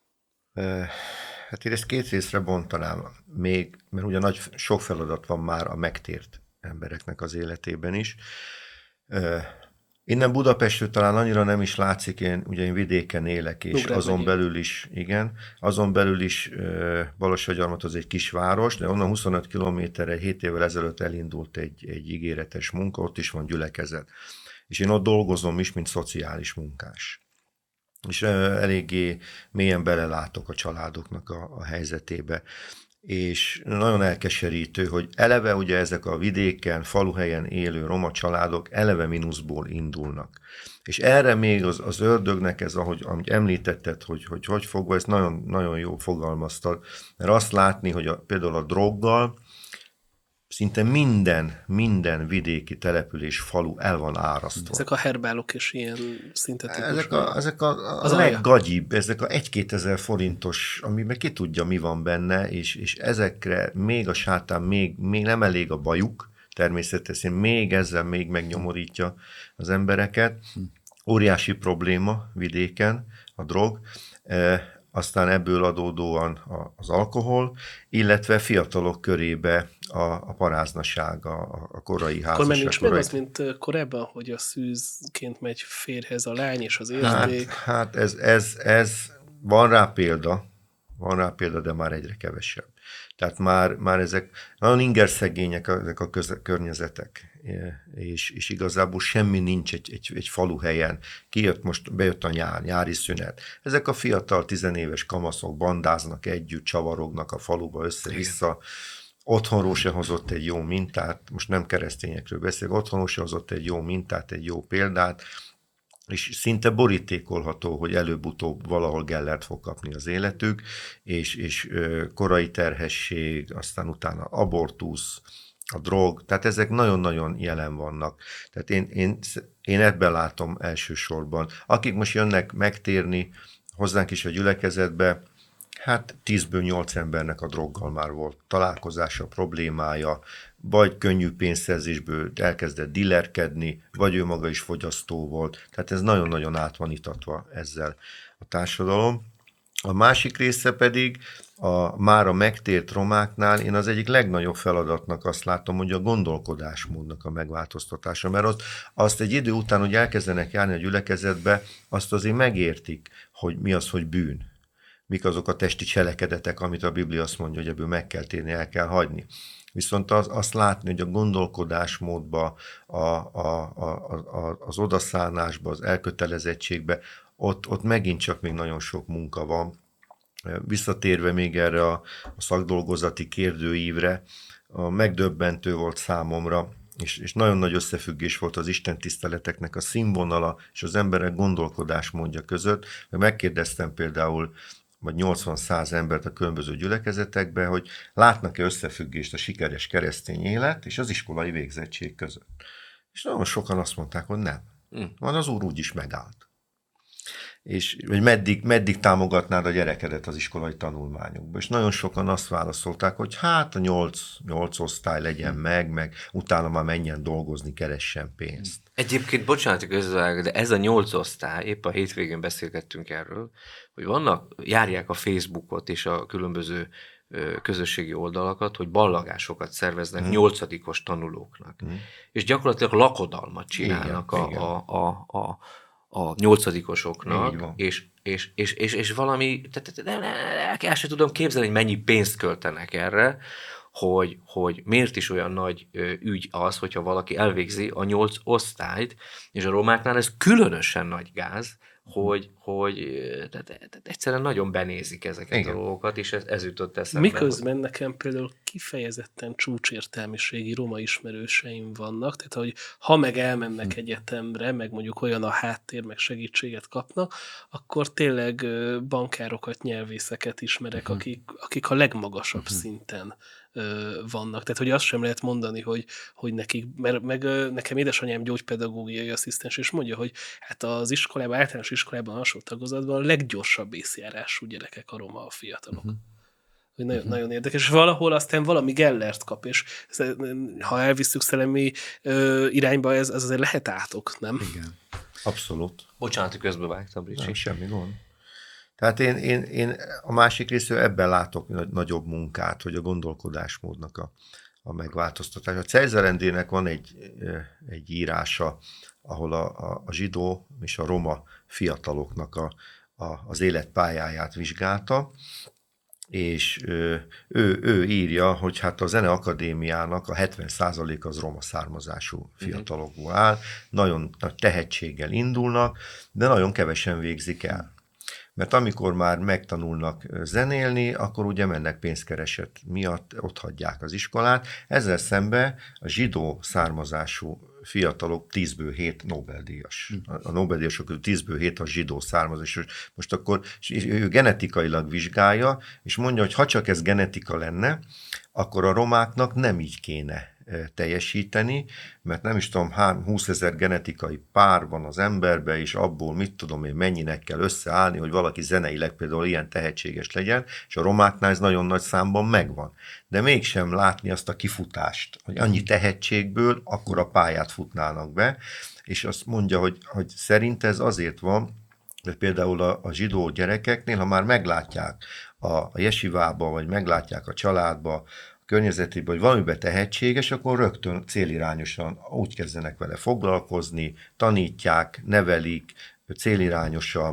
Hát én ezt két részre bontanám még, mert ugye nagy, sok feladat van már a megtért embereknek az életében is. Innen Budapestről talán annyira nem is látszik, én ugye én vidéken élek, és Ugrán azon megyén. belül is, igen, azon belül is Balogh-Gyarmat az egy kisváros, de onnan huszonöt kilométerre hét évvel ezelőtt elindult egy, egy ígéretes munka, ott is van gyülekezet. És én ott dolgozom is, mint szociális munkás. És eléggé mélyen belelátok a családoknak a, a helyzetébe. És nagyon elkeserítő, hogy eleve ugye ezek a vidéken, faluhelyen élő roma családok eleve mínuszból indulnak. És erre még az, az ördögnek ez, ahogy, ahogy említetted, hogy hogy, hogy fogva, ezt nagyon, nagyon jó fogalmaztad, mert azt látni, hogy a, például a droggal szinte minden, minden vidéki település, falu el van árasztva. Ezek a herbálok és ilyen szintetikus. Ezek a, ezek a, a leggagyibb, ezek a egy-kétezer forintos, amiben ki tudja, mi van benne, és, és ezekre még a sátán, még, még nem elég a bajuk, természetesen még ezzel még megnyomorítja az embereket. Óriási probléma vidéken a drog. E, aztán ebből adódóan az alkohol, illetve fiatalok körébe a, a paráznaság, a, a korai házasság. Akkor már nincs meg az, mint korábban, hogy a szűzként megy férjhez a lány és az érzék? Hát, hát ez, ez, ez van rá példa, van rá példa, de már egyre kevesebb. Tehát már, már ezek nagyon ingerszegények ezek a köz, környezetek, és, és igazából semmi nincs egy, egy, egy faluhelyen. Kijött most, bejött a nyár, nyári szünet. Ezek a fiatal tizenéves kamaszok bandáznak együtt, csavarognak a faluba össze-vissza. Otthonról se hozott egy jó mintát, most nem keresztényekről beszélek, otthonról se hozott egy jó mintát, egy jó példát, és szinte borítékolható, hogy előbb-utóbb valahol Gellert fog kapni az életük, és, és korai terhesség, aztán utána abortusz, a drog, tehát ezek nagyon-nagyon jelen vannak. Tehát én, én, én ebben látom elsősorban. Akik most jönnek megtérni hozzánk is a gyülekezetbe, hát tízből nyolc embernek a droggal már volt találkozása, problémája, vagy könnyű pénzszerzésből elkezdett dillerkedni, vagy ő maga is fogyasztó volt. Tehát ez nagyon-nagyon át van itatva ezzel a társadalom. A másik része pedig a már a megtért romáknál én az egyik legnagyobb feladatnak azt látom, hogy a gondolkodásmódnak a megváltoztatása, mert azt, azt egy idő után, hogy elkezdenek járni a gyülekezetbe, azt azért megértik, hogy mi az, hogy bűn. Mik azok a testi cselekedetek, amit a Biblia azt mondja, hogy ebből meg kell térni, el kell hagyni. Viszont az, azt látni, hogy a gondolkodásmódba, a, a, a, a, az odaszánásba, az elkötelezettségbe, ott, ott megint csak még nagyon sok munka van. Visszatérve még erre a, a szakdolgozati kérdőívre, a megdöbbentő volt számomra, és, és nagyon nagy összefüggés volt az istentiszteleteknek a színvonala és az emberek gondolkodásmódja között. Megkérdeztem például vagy nyolcvan-száz embert a különböző gyülekezetekben, hogy látnak-e összefüggést a sikeres keresztény élet és az iskolai végzettség között. És nagyon sokan azt mondták, hogy nem. Van, az Úr úgy is megállt. És hogy meddig, meddig támogatnád a gyerekedet az iskolai tanulmányokba. És nagyon sokan azt válaszolták, hogy hát a nyolc, nyolc osztály legyen meg, meg utána már menjen dolgozni, keressen pénzt. Egyébként, bocsánat, közben, de ez a nyolc osztály, épp a hétvégén beszélgettünk erről, hogy vannak, járják a Facebookot és a különböző közösségi oldalakat, hogy ballagásokat szerveznek hmm. nyolcadikos tanulóknak. Hmm. És gyakorlatilag lakodalmat csinálnak igen, a, igen. A, a, a a nyolcadikosoknak, és, és, és, és, és valami, tehát el sem tudom képzelni, hogy mennyi pénzt költenek erre, hogy, hogy miért is olyan nagy ügy az, hogyha valaki elvégzi a nyolc osztályt, és a romáknál ez különösen nagy gáz, hogy, hogy tehát, tehát egyszerűen nagyon benézik ezeket igen. a dolgokat, és ez, ez jutott eszembe. Miközben hogy... nekem például kifejezetten csúcsértelmiségi roma ismerőseim vannak, tehát hogy ha meg elmennek hm. egyetemre, meg mondjuk olyan a háttér, meg segítséget kapnak, akkor tényleg bankárokat, nyelvészeket ismerek, hm. akik, akik a legmagasabb hm. szinten vannak. Tehát, hogy azt sem lehet mondani, hogy, hogy nekik, mert meg nekem édesanyám gyógypedagógiai asszisztens, és mondja, hogy hát az iskolában, általános iskolában, alsó tagozatban a leggyorsabb észjárású gyerekek a roma a fiatalok. Uh-huh. Hogy nagyon, uh-huh. nagyon érdekes. És valahol aztán valami Gellert kap, és ha elvisztük szellemi ö, irányba, ez, ez azért lehet átok, nem? Igen. Abszolút. Bocsánat, hogy közbevágtam, Ricsi. Nem, semmi gond. Tehát én, én, én a másik részről ebben látok nagyobb munkát, hogy a gondolkodásmódnak a, a megváltoztatása. A Cejzerendének van egy, egy írása, ahol a, a, a zsidó és a roma fiataloknak a, a, az életpályáját vizsgálta, és ő, ő, ő írja, hogy hát a Zeneakadémiának a hetven százalék az roma származású fiatalokból áll, nagyon nagy tehetséggel indulnak, de nagyon kevesen végzik el. Mert amikor már megtanulnak zenélni, akkor ugye mennek pénzkereset miatt, ott hagyják az iskolát. Ezzel szemben a zsidó származású fiatalok tízből hét Nobel-díjas. A Nobel-díjasok közül tízből hét a zsidó származás. Most akkor ő genetikailag vizsgálja, és mondja, hogy ha csak ez genetika lenne, akkor a romáknak nem így kéne teljesíteni, mert nem is tudom, húszezer genetikai pár van az emberbe, és abból mit tudom én mennyinek kell összeállni, hogy valaki zeneileg például ilyen tehetséges legyen, és a romáknál ez nagyon nagy számban megvan. De mégsem látni azt a kifutást, hogy annyi tehetségből akkor a pályát futnának be, és azt mondja, hogy, hogy szerint ez azért van, hogy például a, a zsidó gyerekeknél, ha már meglátják a, a jesivába, vagy meglátják a családba, környezetében, hogy valamiben tehetséges, akkor rögtön célirányosan úgy kezdenek vele foglalkozni, tanítják, nevelik, célirányosan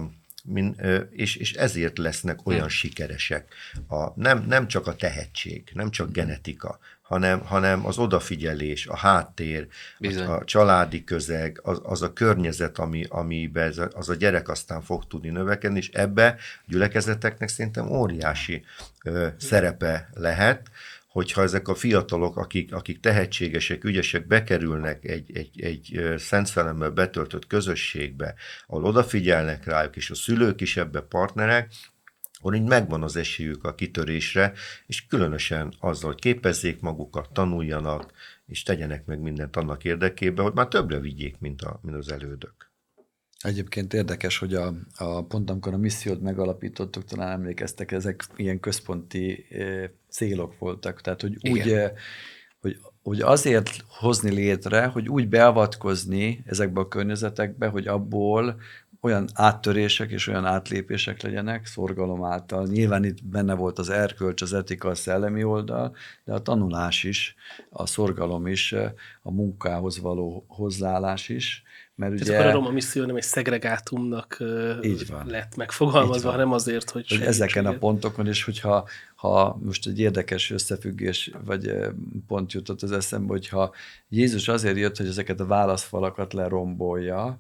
Min, és, és ezért lesznek olyan sikeresek. A, nem, nem csak a tehetség, nem csak genetika, hanem, hanem az odafigyelés, a háttér, a, a családi közeg, az, az a környezet, ami, amiben az a gyerek aztán fog tudni növekedni, és ebbe gyülekezeteknek szerintem óriási ö, szerepe lehet, hogyha ezek a fiatalok, akik, akik tehetségesek, ügyesek, bekerülnek egy, egy, egy szent szellemmel betöltött közösségbe, ahol odafigyelnek rájuk, és a szülők is ebbe partnerek, akkor így megvan az esélyük a kitörésre, és különösen azzal, hogy képezzék magukat, tanuljanak, és tegyenek meg mindent annak érdekében, hogy már többre vigyék, mint, a, mint az elődök. Egyébként érdekes, hogy a, a pont amikor a missziót megalapítottuk, talán emlékeztek, ezek ilyen központi e, célok voltak. Tehát, hogy úgy, e, hogy, hogy azért hozni létre, hogy úgy beavatkozni ezekbe a környezetekbe, hogy abból olyan áttörések és olyan átlépések legyenek szorgalom által. Nyilván itt benne volt az erkölcs, az etika, a szellemi oldal, de a tanulás is, a szorgalom is, a munkához való hozzáállás is. Mert Ez ugye, akkor a roma misszió nem egy szegregátumnak lett megfogalmazva, hanem azért, hogy, hogy ezeken a pontokon, és hogyha ha most egy érdekes összefüggés, vagy pont jutott az eszembe, hogyha Jézus azért jött, hogy ezeket a válaszfalakat lerombolja,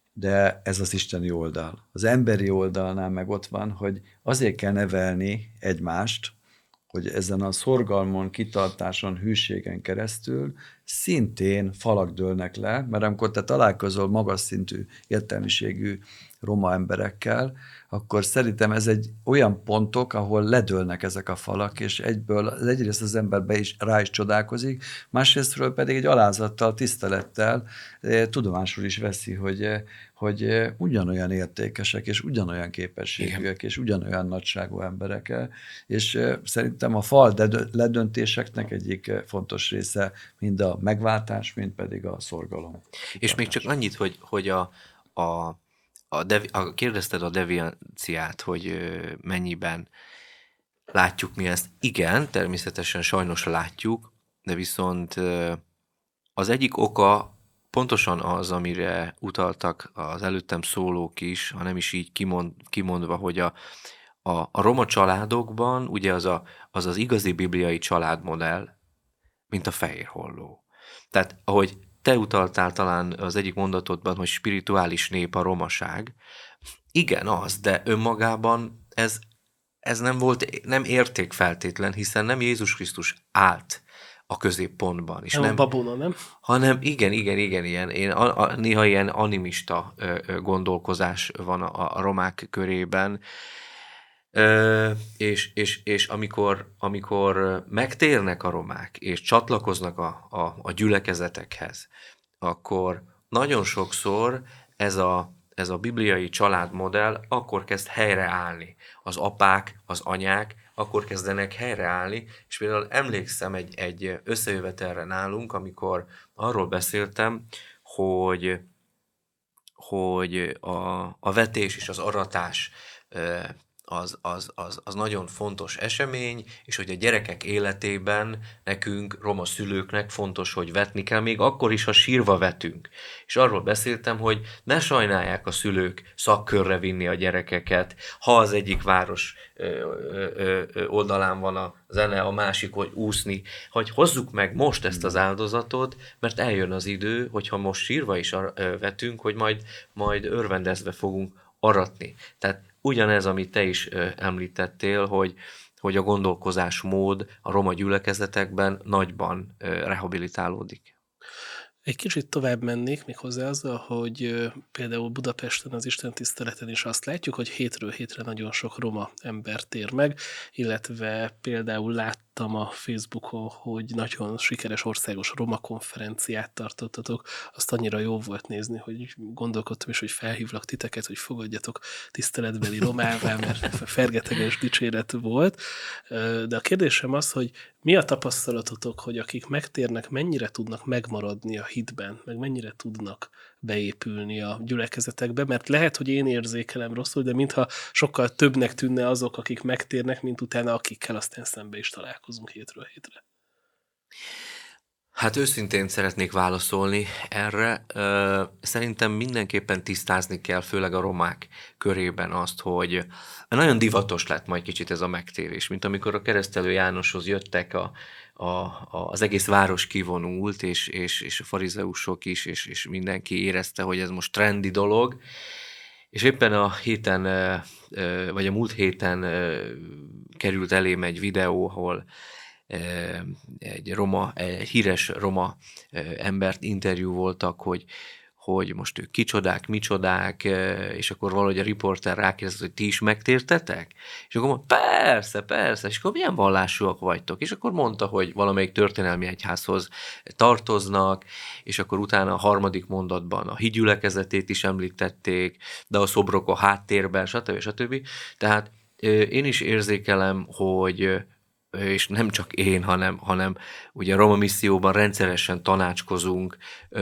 de ez az isteni oldal. Az emberi oldalnál meg ott van, hogy azért kell nevelni egymást, hogy ezen a szorgalmon, kitartáson, hűségen keresztül szintén falak dőlnek le, mert amikor te találkozol magas szintű értelmiségű roma emberekkel, akkor szerintem ez egy olyan pontok, ahol ledőlnek ezek a falak, és egyből egyrészt az ember be is, rá is csodálkozik, másrésztről pedig egy alázattal, tisztelettel eh, tudomásul is veszi, hogy, eh, hogy eh, ugyanolyan értékesek, és ugyanolyan képességűek, és ugyanolyan nagyságú emberek, eh, és eh, szerintem a fal ledöntéseknek egyik eh, fontos része mind a megváltás, mind pedig a szorgalom. És még csak annyit, hogy, hogy a, a A devi, a, kérdezted a devianciát, hogy mennyiben látjuk mi ezt. Igen, természetesen sajnos látjuk, de viszont az egyik oka pontosan az, amire utaltak az előttem szólók is, ha nem is így kimond, kimondva, hogy a, a, a roma családokban ugye az, a, az az igazi bibliai családmodell, mint a fehér holló. Tehát ahogy te utaltál talán az egyik mondatodban, hogy spirituális nép a romaság. Igen, az, de önmagában ez, ez nem volt, nem értékfeltétlen, hiszen nem Jézus Krisztus állt a középpontban. És nem, nem a babona, nem? Hanem igen, igen, igen, ilyen, én, a, a, néha ilyen animista ö, ö, gondolkozás van a, a romák körében, Ö, és, és, és amikor, amikor megtérnek a romák, és csatlakoznak a, a, a gyülekezetekhez, akkor nagyon sokszor ez a, ez a bibliai családmodell akkor kezd helyreállni. Az apák, az anyák akkor kezdenek helyreállni, és például emlékszem egy, egy összejövetelre nálunk, amikor arról beszéltem, hogy, hogy a, a vetés és az aratás Az, az, az, az nagyon fontos esemény, és hogy a gyerekek életében nekünk, roma szülőknek fontos, hogy vetni kell, még akkor is, ha sírva vetünk. És arról beszéltem, hogy ne sajnálják a szülők szakkörre vinni a gyerekeket, ha az egyik város ö, ö, ö, oldalán van a zene, a másik, hogy úszni, hogy hozzuk meg most ezt az áldozatot, mert eljön az idő, hogyha most sírva is vetünk, hogy majd, majd örvendezve fogunk aratni. Tehát ugyanez, amit te is említettél, hogy, hogy a gondolkozásmód a roma gyülekezetekben nagyban rehabilitálódik. Egy kicsit tovább mennék még hozzá azzal, hogy például Budapesten az istentiszteleten is azt látjuk, hogy hétről hétre nagyon sok roma ember tér meg, illetve például láttam a Facebookon, hogy nagyon sikeres országos roma konferenciát tartottatok. Azt annyira jó volt nézni, hogy gondolkodtam is, hogy felhívlak titeket, hogy fogadjatok tiszteletbeli romává, mert fergeteges dicséret volt. De a kérdésem az, hogy mi a tapasztalatotok, hogy akik megtérnek, mennyire tudnak megmaradni a hitben, meg mennyire tudnak beépülni a gyülekezetekbe, mert lehet, hogy én érzékelem rosszul, de mintha sokkal többnek tűnne azok, akik megtérnek, mint utána akikkel aztán szembe is találkozunk hétről hétre. Hát őszintén szeretnék válaszolni erre. Szerintem mindenképpen tisztázni kell, főleg a romák körében azt, hogy nagyon divatos lett majd kicsit ez a megtérés, mint amikor a Keresztelő Jánoshoz jöttek, a, a, a, az egész város kivonult, és, és, és a farizeusok is, és, és mindenki érezte, hogy ez most trendi dolog. És éppen a héten, vagy a múlt héten került elém egy videó, ahol egy roma, egy híres roma embert interjú voltak, hogy, hogy most ők kicsodák, micsodák, és akkor valahogy a riporter rákérdezett, hogy ti is megtértetek? És akkor mondta, persze, persze, és akkor milyen vallásúak vagytok? És akkor mondta, hogy valamelyik történelmi egyházhoz tartoznak, és akkor utána a harmadik mondatban a hídgyülekezetét is említették, de a szobrok a háttérben, stb. stb. Tehát én is érzékelem, hogy és nem csak én, hanem, hanem ugye a Roma Misszióban rendszeresen tanácskozunk ö,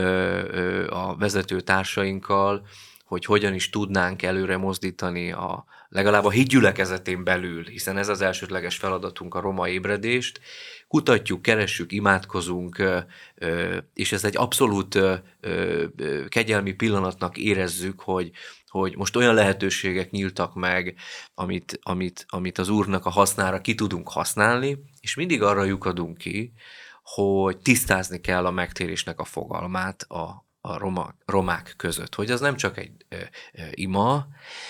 ö, a vezető társainkkal, hogy hogyan is tudnánk előre mozdítani a, legalább a hídgyülekezetén belül, hiszen ez az elsődleges feladatunk, a roma ébredést. Kutatjuk, keressük, imádkozunk, ö, ö, és ez egy abszolút ö, ö, kegyelmi pillanatnak érezzük, hogy hogy most olyan lehetőségek nyíltak meg, amit, amit, amit az Úrnak a hasznára ki tudunk használni, és mindig arra lyukadunk ki, hogy tisztázni kell a megtérésnek a fogalmát a, a roma, romák között. Hogy az nem csak egy ö, ö, ima,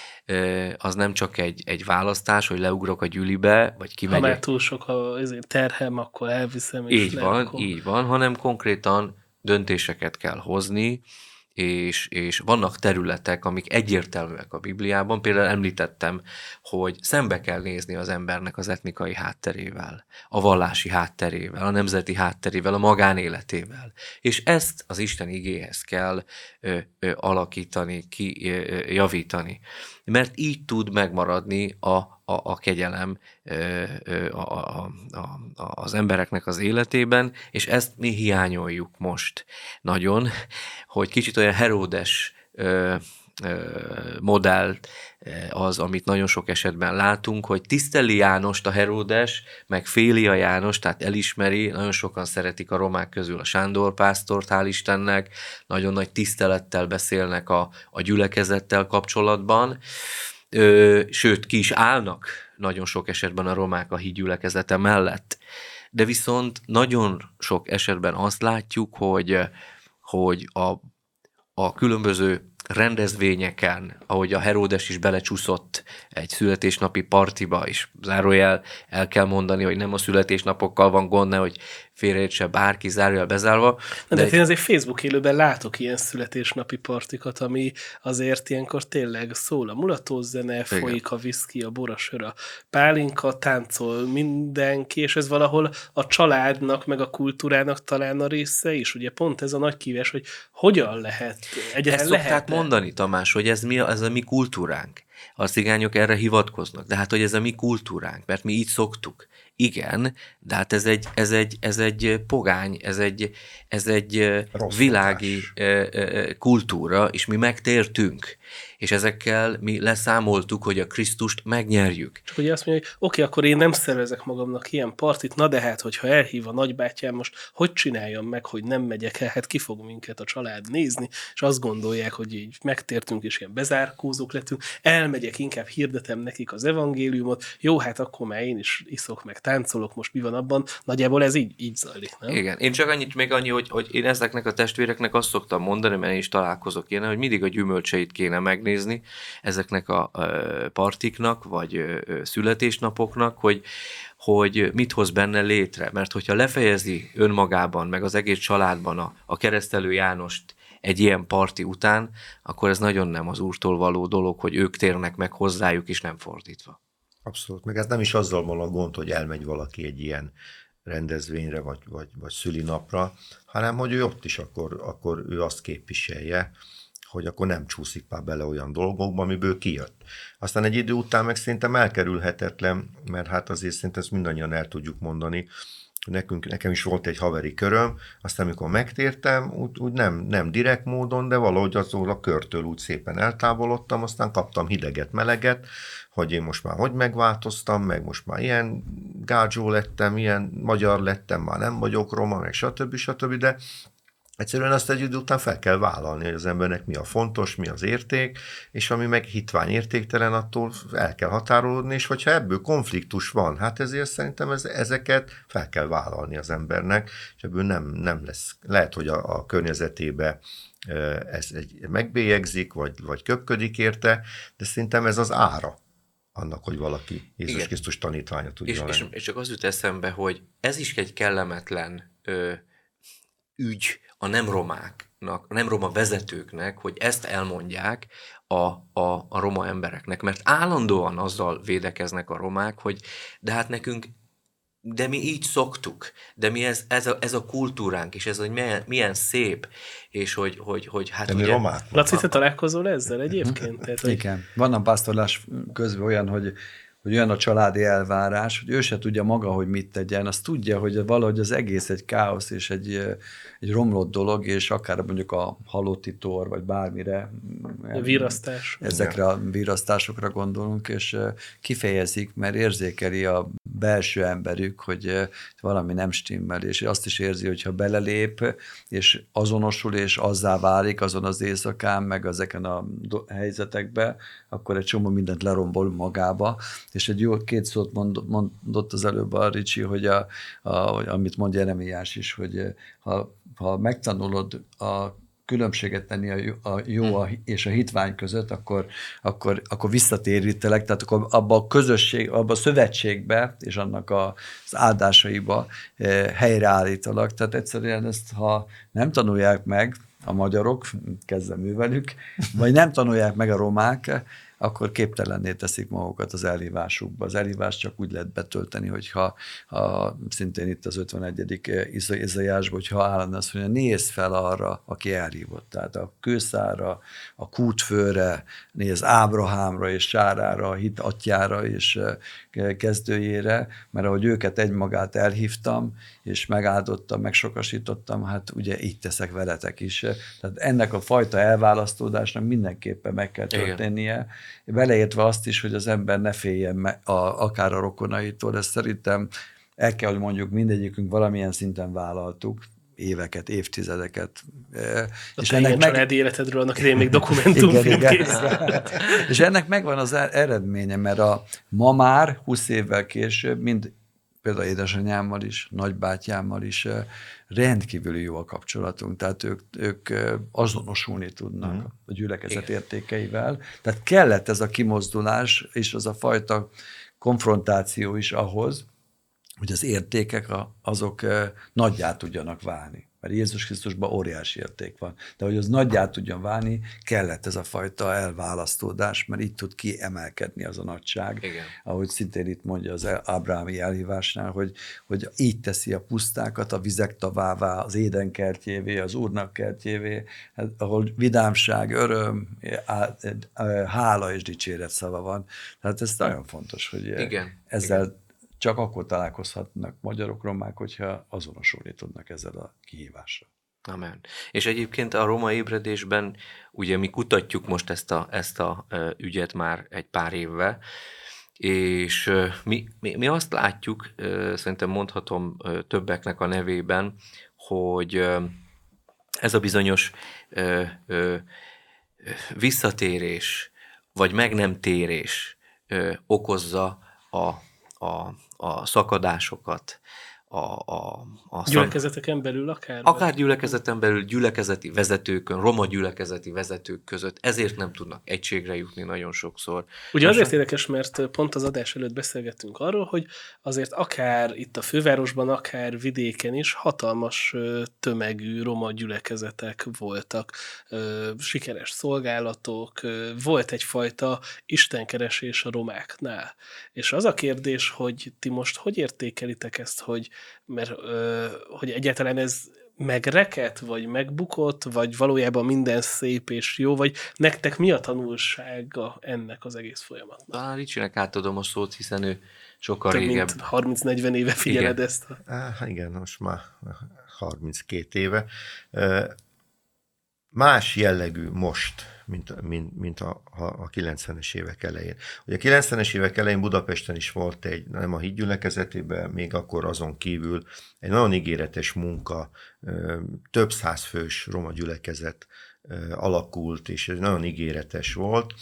ö, az nem csak egy, egy választás, hogy leugrok a gyülibe, vagy kimegyek. Ha már túl sok a terhem, akkor elviszem, és Így van, lerakom. így van, hanem konkrétan döntéseket kell hozni, És, és vannak területek, amik egyértelműek a Bibliában. Például említettem, hogy szembe kell nézni az embernek az etnikai hátterével, a vallási hátterével, a nemzeti hátterével, a magánéletével. És ezt az Isten igéhez kell ö, ö, alakítani, ki, ö, javítani. Mert így tud megmaradni a, a, a kegyelem ö, ö, a, a, a, az embereknek az életében, és ezt mi hiányoljuk most nagyon, hogy kicsit olyan Heródes ö, ö, modell az, amit nagyon sok esetben látunk, hogy tiszteli Jánost a Heródes, meg féli a János, tehát elismeri, nagyon sokan szeretik a romák közül a Sándor pásztort, hál' Istennek, nagyon nagy tisztelettel beszélnek a, a gyülekezettel kapcsolatban, ö, sőt, ki is állnak nagyon sok esetben a romák a hídgyülekezete mellett. De viszont nagyon sok esetben azt látjuk, hogy, hogy a, a különböző rendezvényeken, ahogy a Heródes is belecsúszott egy születésnapi partiba, és zárójel el kell mondani, hogy nem a születésnapokkal van gond, hogy félreértse bárki, zárójel bezárva. De, de egy... én azért Facebook élőben látok ilyen születésnapi partikat, ami azért ilyenkor tényleg szól a mulatózene, folyik a viszki, a bor, a sör, a pálinka, táncol mindenki, és ez valahol a családnak, meg a kultúrának talán a része is. Ugye pont ez a nagy kívás, hogy hogyan lehet, egyáltalán Ezt lehet. szokták mondani, Tamás, hogy ez, mi, ez a mi kultúránk. A cigányok erre hivatkoznak, de hát, hogy ez a mi kultúránk, mert mi így szoktuk. Igen, de hát ez egy, ez egy, ez egy pogány, ez egy, ez egy Rossz világi hatás. kultúra, és mi megtértünk. És ezekkel mi leszámoltuk, hogy a Krisztust megnyerjük. Csak ugye azt mondja, hogy oké, akkor én nem szervezek magamnak ilyen partit, na de hát, hogyha elhív a nagybátyám, most hogy csináljam meg, hogy nem megyek el, hát ki fog minket a család nézni, és azt gondolják, hogy így megtértünk, és ilyen bezárkózók lettünk, elmegyek, inkább hirdetem nekik az evangéliumot, jó, hát akkor már én is iszok, meg táncolok, most mi van abban, nagyjából ez így, így zajlik, nem? Igen, én csak annyit még annyi, hogy, hogy én ezeknek a testvéreknek azt szoktam mondani, mert én is találkozok ilyen, hogy mindig a gyümölcseit kéne megnézni ezeknek a partiknak, vagy születésnapoknak, hogy, hogy mit hoz benne létre. Mert hogyha lefejezi önmagában, meg az egész családban a, a Keresztelő Jánost egy ilyen parti után, akkor ez nagyon nem az Úrtól való dolog, hogy ők térnek meg hozzájuk, és nem fordítva. Abszolút. Meg ez nem is azzal van a gond, hogy elmegy valaki egy ilyen rendezvényre, vagy, vagy, vagy szülinapra, hanem hogy ő ott is akkor, akkor ő azt képviselje, hogy akkor nem csúszik már bele olyan dolgokba, amiből kijött. Aztán egy idő után meg szerintem elkerülhetetlen, mert hát azért szerintem ezt mindannyian el tudjuk mondani, Nekünk, nekem is volt egy haveri köröm, aztán amikor megtértem, úgy, úgy nem, nem direkt módon, de valahogy azon a körtől úgy szépen eltávolodtam, aztán kaptam hideget, meleget, hogy én most már hogy megváltoztam, meg most már ilyen gádzsó lettem, ilyen magyar lettem, már nem vagyok roma, meg stb. stb. De egyszerűen azt egy idő után fel kell vállalni, hogy az embernek mi a fontos, mi az érték, és ami meg hitvány értéktelen, attól el kell határolódni, és hogyha ebből konfliktus van, hát ezért szerintem ez, ezeket fel kell vállalni az embernek, és ebből nem, nem lesz. Lehet, hogy a, a környezetébe ez egy megbélyegzik, vagy, vagy köpködik érte, de szerintem ez az ára annak, hogy valaki Jézus Igen. Krisztus tanítványa tudja és, és, és csak az jut eszembe, hogy ez is egy kellemetlen ö, ügy a nem romáknak, a nem roma vezetőknek, hogy ezt elmondják a, a, a roma embereknek, mert állandóan azzal védekeznek a romák, hogy de hát nekünk, de mi így szoktuk, de mi ez, ez, a, ez a kultúránk, és ez, hogy milyen, milyen szép, és hogy, hogy, hogy hát de mi ugye... romák? Laci, te találkozol ezzel egyébként? Tehát, hogy... Igen. Van a pásztorlás közben olyan, hogy hogy olyan a családi elvárás, hogy ő se tudja maga, hogy mit tegyen, azt tudja, hogy valahogy az egész egy káosz és egy, egy romlott dolog, és akár mondjuk a halotti tor, vagy bármire. A virasztás. Ezekre a virasztásokra gondolunk, és kifejezik, mert érzékeli a belső emberük, hogy valami nem stimmel, és azt is érzi, hogyha belelép, és azonosul, és azzá válik azon az éjszakán, meg ezeken a helyzetekbe, akkor egy csomó mindent lerombol magába. És egy jó két szót mondott, mondott az előbb a Ricsi, hogy a, a, amit mond Jeremiás is, hogy ha, ha megtanulod a különbséget tenni a jó, a jó a, és a hitvány között, akkor, akkor, akkor visszatérítelek, tehát akkor abba a közösség, abba a szövetségbe és annak a, az áldásaiba helyreállítalak. Tehát egyszerűen ezt, ha nem tanulják meg a magyarok, kezdem ő velük, vagy nem tanulják meg a romák, akkor képtelenné teszik magukat az elhívásukba. Az elhívás csak úgy lehet betölteni, hogyha ha, szintén itt az ötvenegyedik Izaiásban, hogyha állandóan azt mondja, nézz fel arra, aki elhívott. Tehát a kőszára, a kútfőre, nézz Ábrahámra és Sárára, a hit atyára és kezdőjére, mert ahogy őket egymagát elhívtam, és megáldottam, megsokasítottam, hát ugye így teszek veletek is. Tehát ennek a fajta elválasztódásnak mindenképpen meg kell történnie, Igen. beleértve azt is, hogy az ember ne féljen a, akár a rokonaitól, ezt szerintem el kell, hogy mondjuk mindegyikünk valamilyen szinten vállaltuk, éveket, évtizedeket. A és ennek meg... családi életedről, annak idején még dokumentumfilm készült. És ennek megvan az eredménye, mert a, ma már húsz évvel később, mind például édesanyámmal is, nagybátyámmal is rendkívüli jó a kapcsolatunk, tehát ők, ők azonosulni tudnak mm. a gyülekezet Igen. értékeivel. Tehát kellett ez a kimozdulás, és az a fajta konfrontáció is ahhoz, hogy az értékek azok nagyjá tudjanak válni. Mert Jézus Krisztusban óriási érték van. De hogy az nagyjá tudjon válni, kellett ez a fajta elválasztódás, mert így tud kiemelkedni az a nagyság. Igen. Ahogy szintén itt mondja az ábrahámi elhívásnál, hogy, hogy így teszi a pusztákat a vizek tavává, az Éden kertjévé, az Úrnak kertjévé, ahol vidámság, öröm, hála és dicséret szava van. Tehát ez nagyon fontos, hogy Igen. ezzel Igen. csak akkor találkozhatnak magyarok, romák, hogyha azonosulni tudnak ezzel a kihívással. Amen. És egyébként a roma ébredésben, ugye mi kutatjuk most ezt a, ezt a ügyet már egy pár évvel, és mi, mi, mi azt látjuk, szerintem mondhatom többeknek a nevében, hogy ez a bizonyos visszatérés, vagy meg nem térés okozza a, a a szakadásokat, a, a, a gyülekezeteken belül akár? Akár gyülekezeten belül, gyülekezeti vezetőkön, roma gyülekezeti vezetők között, ezért nem tudnak egységre jutni nagyon sokszor. Ugye Most azért érdekes, mert pont az adás előtt beszélgettünk arról, hogy azért akár itt a fővárosban, akár vidéken is hatalmas tömegű roma gyülekezetek voltak, sikeres szolgálatok, volt egyfajta istenkeresés a romáknál. És az a kérdés, hogy ti most hogy értékelitek ezt, hogy, mert, hogy egyáltalán ez megrekedt, vagy megbukott, vagy valójában minden szép és jó, vagy nektek mi a tanulsága ennek az egész folyamatnak? Talán Ricsinek átadom a szót, hiszen ő sokkal Több régebb. mint harminc-negyven éve figyeled Igen. ezt. A... Á, igen, most már harminckét éve. Más jellegű most, mint, mint, mint a, a kilencvenes évek elején. Ugye a kilencvenes évek elején Budapesten is volt egy, nem a hídgyülekezetében, még akkor azon kívül egy nagyon ígéretes munka, több száz fős roma gyülekezet alakult, és ez nagyon ígéretes volt.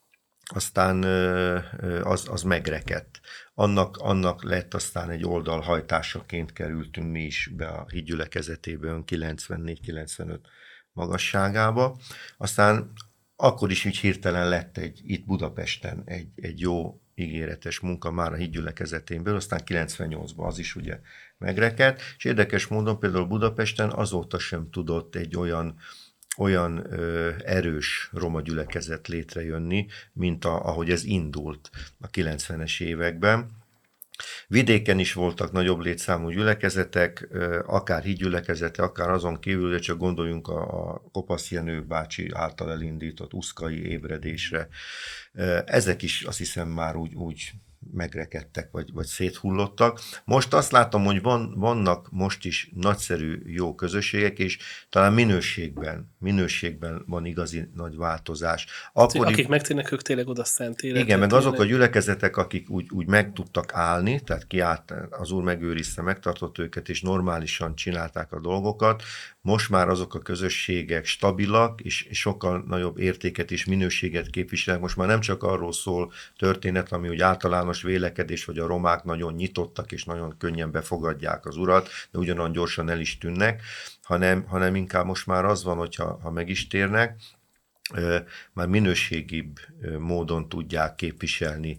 Aztán az, az megrekedt. Annak, annak lett aztán egy oldalhajtásaként kerültünk mi is be a hídgyülekezetében kilencvennégy kilencvenöt magasságába. Aztán akkor is így hirtelen lett egy, itt Budapesten egy, egy jó ígéretes munka már a hídgyülekezetén belül, aztán kilencvennyolcban az is ugye megrekedt, és érdekes módon például Budapesten azóta sem tudott egy olyan olyan ö, erős roma gyülekezet létrejönni, mint a, ahogy ez indult a kilencvenes években. Vidéken is voltak nagyobb létszámú gyülekezetek, ö, akár hídgyülekezete, akár azon kívül, de csak gondoljunk a, a Kopasz Jenő bácsi által elindított uszkai ébredésre. Ö, ezek is azt hiszem már úgy, úgy megrekedtek, vagy, vagy széthullottak. Most azt látom, hogy van, vannak most is nagyszerű jó közösségek, és talán minőségben, minőségben van igazi nagy változás. Akkor akik megtérnek, ők tényleg oda szánt életet. Igen, meg azok a gyülekezetek, akik úgy, úgy meg tudtak állni, tehát kiállt, az Úr megőrizte, megtartott őket, és normálisan csinálták a dolgokat. Most már azok a közösségek stabilak, és sokkal nagyobb értéket és minőséget képviselnek. Most már nem csak arról szól történet, ami úgy általános vélekedés, hogy a romák nagyon nyitottak, és nagyon könnyen befogadják az Urat, de ugyanolyan gyorsan el is tűnnek, hanem, hanem inkább most már az van, hogyha ha meg is térnek, már minőségibb módon tudják képviselni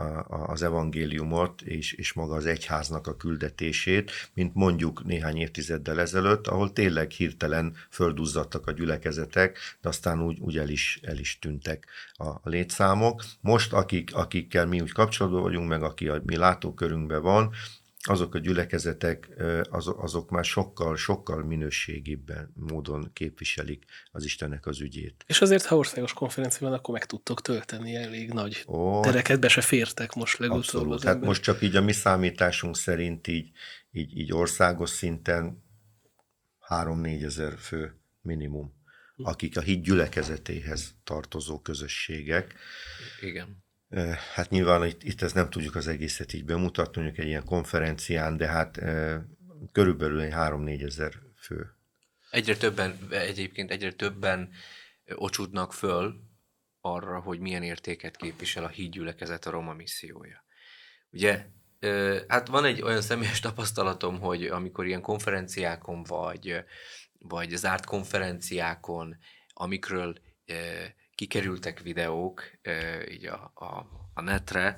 az evangéliumot és, és maga az egyháznak a küldetését, mint mondjuk néhány évtizeddel ezelőtt, ahol tényleg hirtelen földuzzadtak a gyülekezetek, de aztán úgy, úgy el, is, el is tűntek a létszámok. Most, akik, akikkel mi úgy kapcsolatban vagyunk, meg aki a mi látókörünkben van, azok a gyülekezetek, azok már sokkal, sokkal minőségibben módon képviselik az Istennek az ügyét. És azért, ha országos konferencia van, akkor meg tudtok tölteni elég nagy Ó, tereket, be se fértek most legutóbb. Abszolút, hát most csak így a mi számításunk szerint így, így, így országos szinten három-négy ezer fő minimum, akik a híd gyülekezetéhez tartozó közösségek. Igen. Hát nyilván itt, itt ezt nem tudjuk az egészet így bemutatni, mondjuk egy ilyen konferencián, de hát e, körülbelül egy három-négy ezer fő. Egyre többen, egyébként egyre többen ocsudnak föl arra, hogy milyen értéket képvisel a hídgyülekezet, a roma missziója. Ugye, hát van egy olyan személyes tapasztalatom, hogy amikor ilyen konferenciákon vagy, vagy zárt konferenciákon, amikről kikerültek videók így a, a, a netre,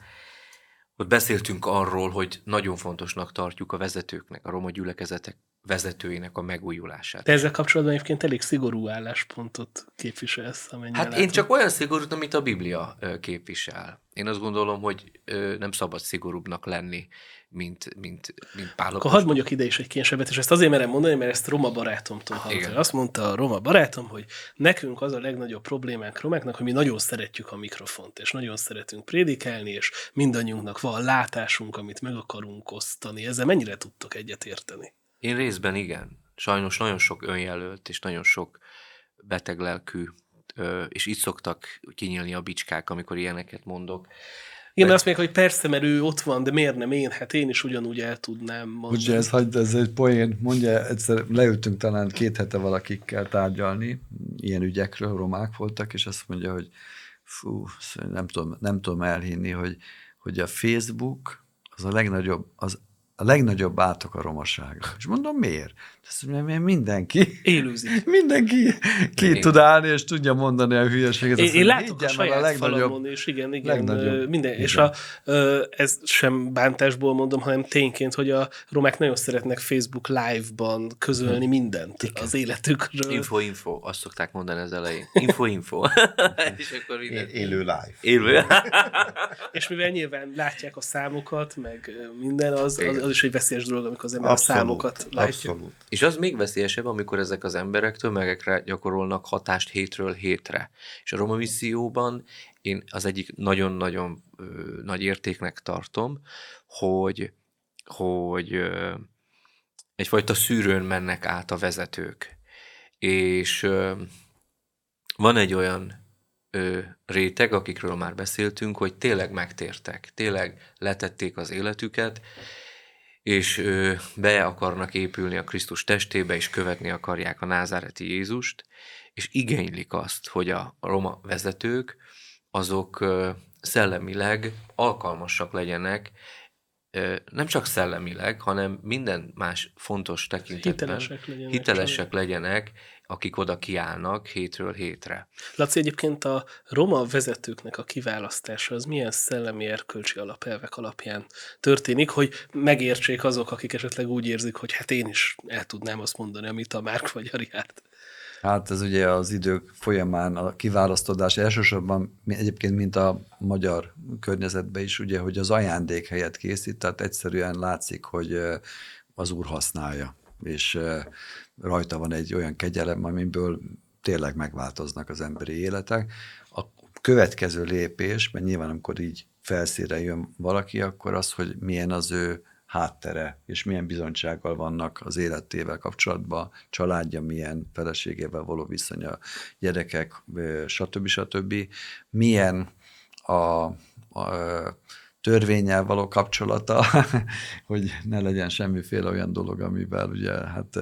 ott beszéltünk arról, hogy nagyon fontosnak tartjuk a vezetőknek, a roma gyülekezetek vezetőinek a megújulását. Te ezzel kapcsolatban egyébként elég szigorú álláspontot képviselsz, amennyire Hát látom. én csak olyan szigorút, amit a Biblia képvisel. Én azt gondolom, hogy nem szabad szigorúbbnak lenni, mint, mint, mint Pál apostol. Akkor hadd mondjak ide is egy kénysebbet, és ezt azért merem mondani, mert ezt roma barátomtól hallottam. Azt mondta a roma barátom, hogy nekünk az a legnagyobb problémánk romáknak, hogy mi nagyon szeretjük a mikrofont, és nagyon szeretünk prédikálni, és mindannyiunknak van látásunk, amit meg akarunk osztani. Ezzel mennyire tudtok egyet érteni? Én részben igen. Sajnos nagyon sok önjelölt, és nagyon sok beteglelkű, és így szoktak kinyílni a bicskák, amikor ilyeneket mondok. Igen, mert azt mondják, hogy persze, mert ő ott van, de miért nem én? Hát én is ugyanúgy el tudnám mondani. Ugye ez, hagyd, ez egy poén, mondja, egyszer leültünk talán két hete valakikkel tárgyalni, ilyen ügyekről, romák voltak, és azt mondja, hogy fú, nem tudom, nem tudom elhinni, hogy, hogy a Facebook az a legnagyobb, az a legnagyobb átok a romasága. És mondom, miért? Ezt mondja, mindenki élőzik. Mindenki ki én. tud állni, és tudja mondani a hülyeséget. Én, én látok a saját a legnagyobb, falamon, és igen, igen, minden. Igen. És a, ez sem bántásból mondom, hanem tényként, hogy a romák nagyon szeretnek Facebook live-ban közölni mindent igen. az életükről. Info, info, azt szokták mondani az elején. Info, info. és akkor minden. Élő live. Élő. És mivel nyilván látják a számokat, meg minden, az, az, az is egy veszélyes dolog, amikor az ember Abszolút, a számokat látja. abszolút. És az még veszélyesebb, amikor ezek az emberek tömegekre gyakorolnak hatást hétről hétre. És a Roma misszióban én az egyik nagyon-nagyon ö, nagy értéknek tartom, hogy, hogy ö, egyfajta szűrőn mennek át a vezetők. És ö, van egy olyan ö, réteg, akikről már beszéltünk, hogy tényleg megtértek, tényleg letették az életüket, és ö, be akarnak épülni a Krisztus testébe, és követni akarják a názáreti Jézust, és igénylik azt, hogy a roma vezetők azok ö, szellemileg alkalmasak legyenek, ö, nem csak szellemileg, hanem minden más fontos tekintetben Hitelesek legyenek. hitelesek legyenek, akik oda kiállnak hétről hétre. Laci, egyébként a roma vezetőknek a kiválasztása az milyen szellemi erkölcsi alapelvek alapján történik, hogy megértsék azok, akik esetleg úgy érzik, hogy hát én is el tudnám azt mondani, amit a Márk vagy a Richárd. Hát ez ugye az idők folyamán a kiválasztódás elsősorban egyébként, mint a magyar környezetben is, ugye, hogy az ajándék helyett készít, tehát egyszerűen látszik, hogy az Úr használja, és rajta van egy olyan kegyelem, amiből tényleg megváltoznak az emberi életek. A következő lépés, mert nyilván amikor így felszínre jön valaki, akkor az, hogy milyen az ő háttere, és milyen bizonysággal vannak az életével kapcsolatban, családja milyen, feleségével való viszonya, gyerekek, stb. stb. Milyen a, a törvénnyel való kapcsolata, hogy ne legyen semmiféle olyan dolog, amivel ugye hát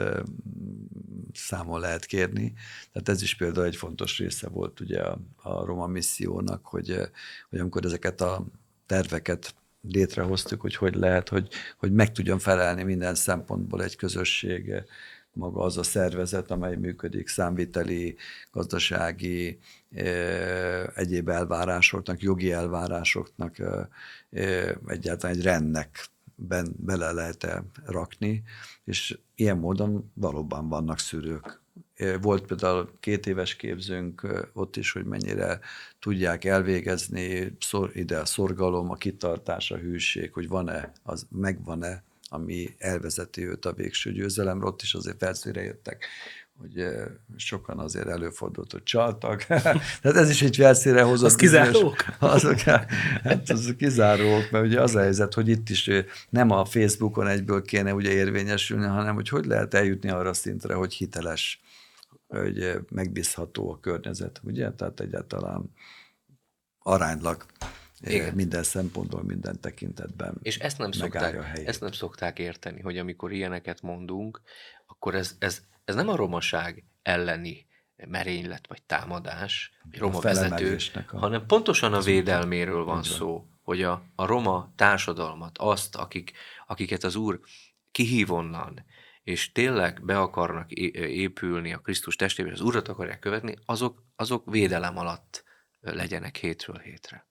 számon lehet kérni. Tehát ez is például egy fontos része volt ugye a, a roma missziónak, hogy, hogy amikor ezeket a terveket létrehoztuk, hogy hogy lehet, hogy, hogy meg tudjon felelni minden szempontból egy közösség, maga az a szervezet, amely működik, számviteli, gazdasági, egyéb elvárásoknak, jogi elvárásoknak, egyáltalán egy rendnek ben, bele lehet rakni, és ilyen módon valóban vannak szűrők. Volt például két éves képzőnk ott is, hogy mennyire tudják elvégezni szor, ide a szorgalom, a kitartás, a hűség, hogy van-e, az megvan-e, ami elvezeti őt a végső győzelemre, ott is azért felszínre jöttek, hogy sokan azért előfordult, hogy csaltak. Tehát ez is egy felszínre hozott. Az kizárók? Azok, hát az kizárók, mert ugye az a helyzet, hogy itt is nem a Facebookon egyből kéne ugye érvényesülni, hanem hogy hogy lehet eljutni arra a szintre, hogy hiteles, hogy megbízható a környezet, ugye? Tehát egyáltalán aránylag igen. Minden szempontból, minden tekintetben. És ezt nem, szokták, ezt nem szokták érteni, hogy amikor ilyeneket mondunk, akkor ez, ez, ez nem a romaság elleni merénylet vagy támadás, vagy roma vezető, a... hanem pontosan a védelméről van szó, hogy a, a roma társadalmat, azt, akik, akiket az Úr kihív onnan, és tényleg be akarnak épülni a Krisztus testébe, és az Urat akarják követni, azok, azok védelem alatt legyenek hétről hétre.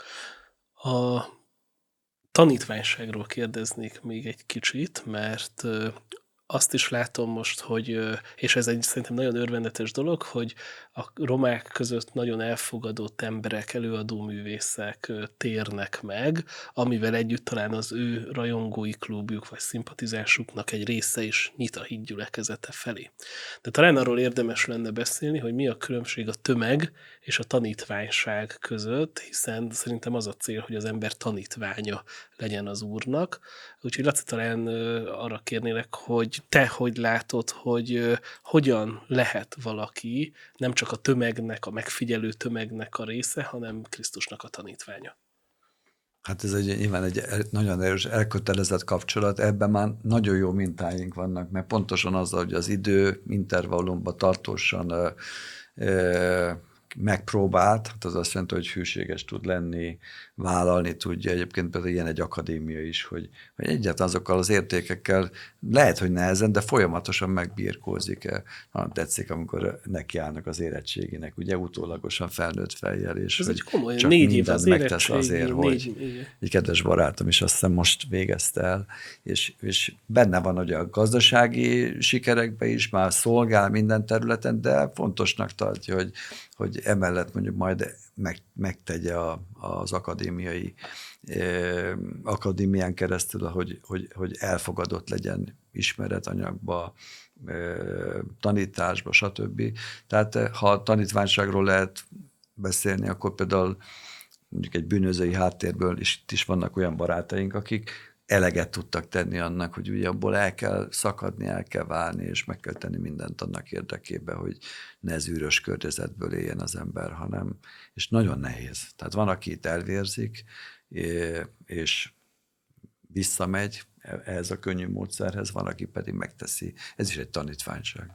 A tanítványságról kérdeznék még egy kicsit, mert azt is látom most, hogy, és ez egy szerintem nagyon örvendetes dolog, hogy a romák között nagyon elfogadott emberek, előadóművészek térnek meg, amivel együtt talán az ő rajongói klubjuk vagy szimpatizánsuknak egy része is nyit a hitgyülekezete felé. De talán arról érdemes lenne beszélni, hogy mi a különbség a tömeg és a tanítványság között, hiszen szerintem az a cél, hogy az ember tanítványa legyen az Úrnak. Úgyhogy Laci, talán arra kérnélek, hogy te hogy látod, hogy hogyan lehet valaki nem csak a tömegnek, a megfigyelő tömegnek a része, hanem Krisztusnak a tanítványa. Hát ez egy, nyilván egy nagyon erős elkötelezett kapcsolat, ebben már nagyon jó mintáink vannak, mert pontosan az, hogy az idő intervallumban tartósan ö, ö, megpróbált, hát az azt jelenti, hogy hűséges tud lenni, vállalni tudja. Egyébként például ilyen egy akadémia is, hogy, hogy egyáltalán azokkal az értékekkel lehet, hogy nehezen, de folyamatosan megbirkózik. Nagyon tetszik, amikor nekiállnak az érettségének, ugye utólagosan felnőtt fejjel, és ez hogy egy komoly, csak négy mindent év az megtesz azért, négy, hogy négy, egy kedves barátom is azt hiszem most végezte el, és, és benne van ugye a gazdasági sikerekben is, már szolgál minden területen, de fontosnak tartja, hogy, hogy emellett mondjuk majd meg, megtegye a, az akadémiai eh, akadémián keresztül, hogy, hogy, hogy elfogadott legyen ismeretanyagba, eh, tanításba, stb. Tehát ha tanítványságról lehet beszélni, akkor például mondjuk egy bűnözői háttérből is, itt is vannak olyan barátaink, akik eleget tudtak tenni annak, hogy ugye abból el kell szakadni, el kell válni, és meg kell tenni mindent annak érdekében, hogy ne zűrös környezetből éljen az ember, hanem, és nagyon nehéz. Tehát van, aki itt elvérzik, és visszamegy ehhez a könnyű módszerhez, van, aki pedig megteszi. Ez is egy tanítványság.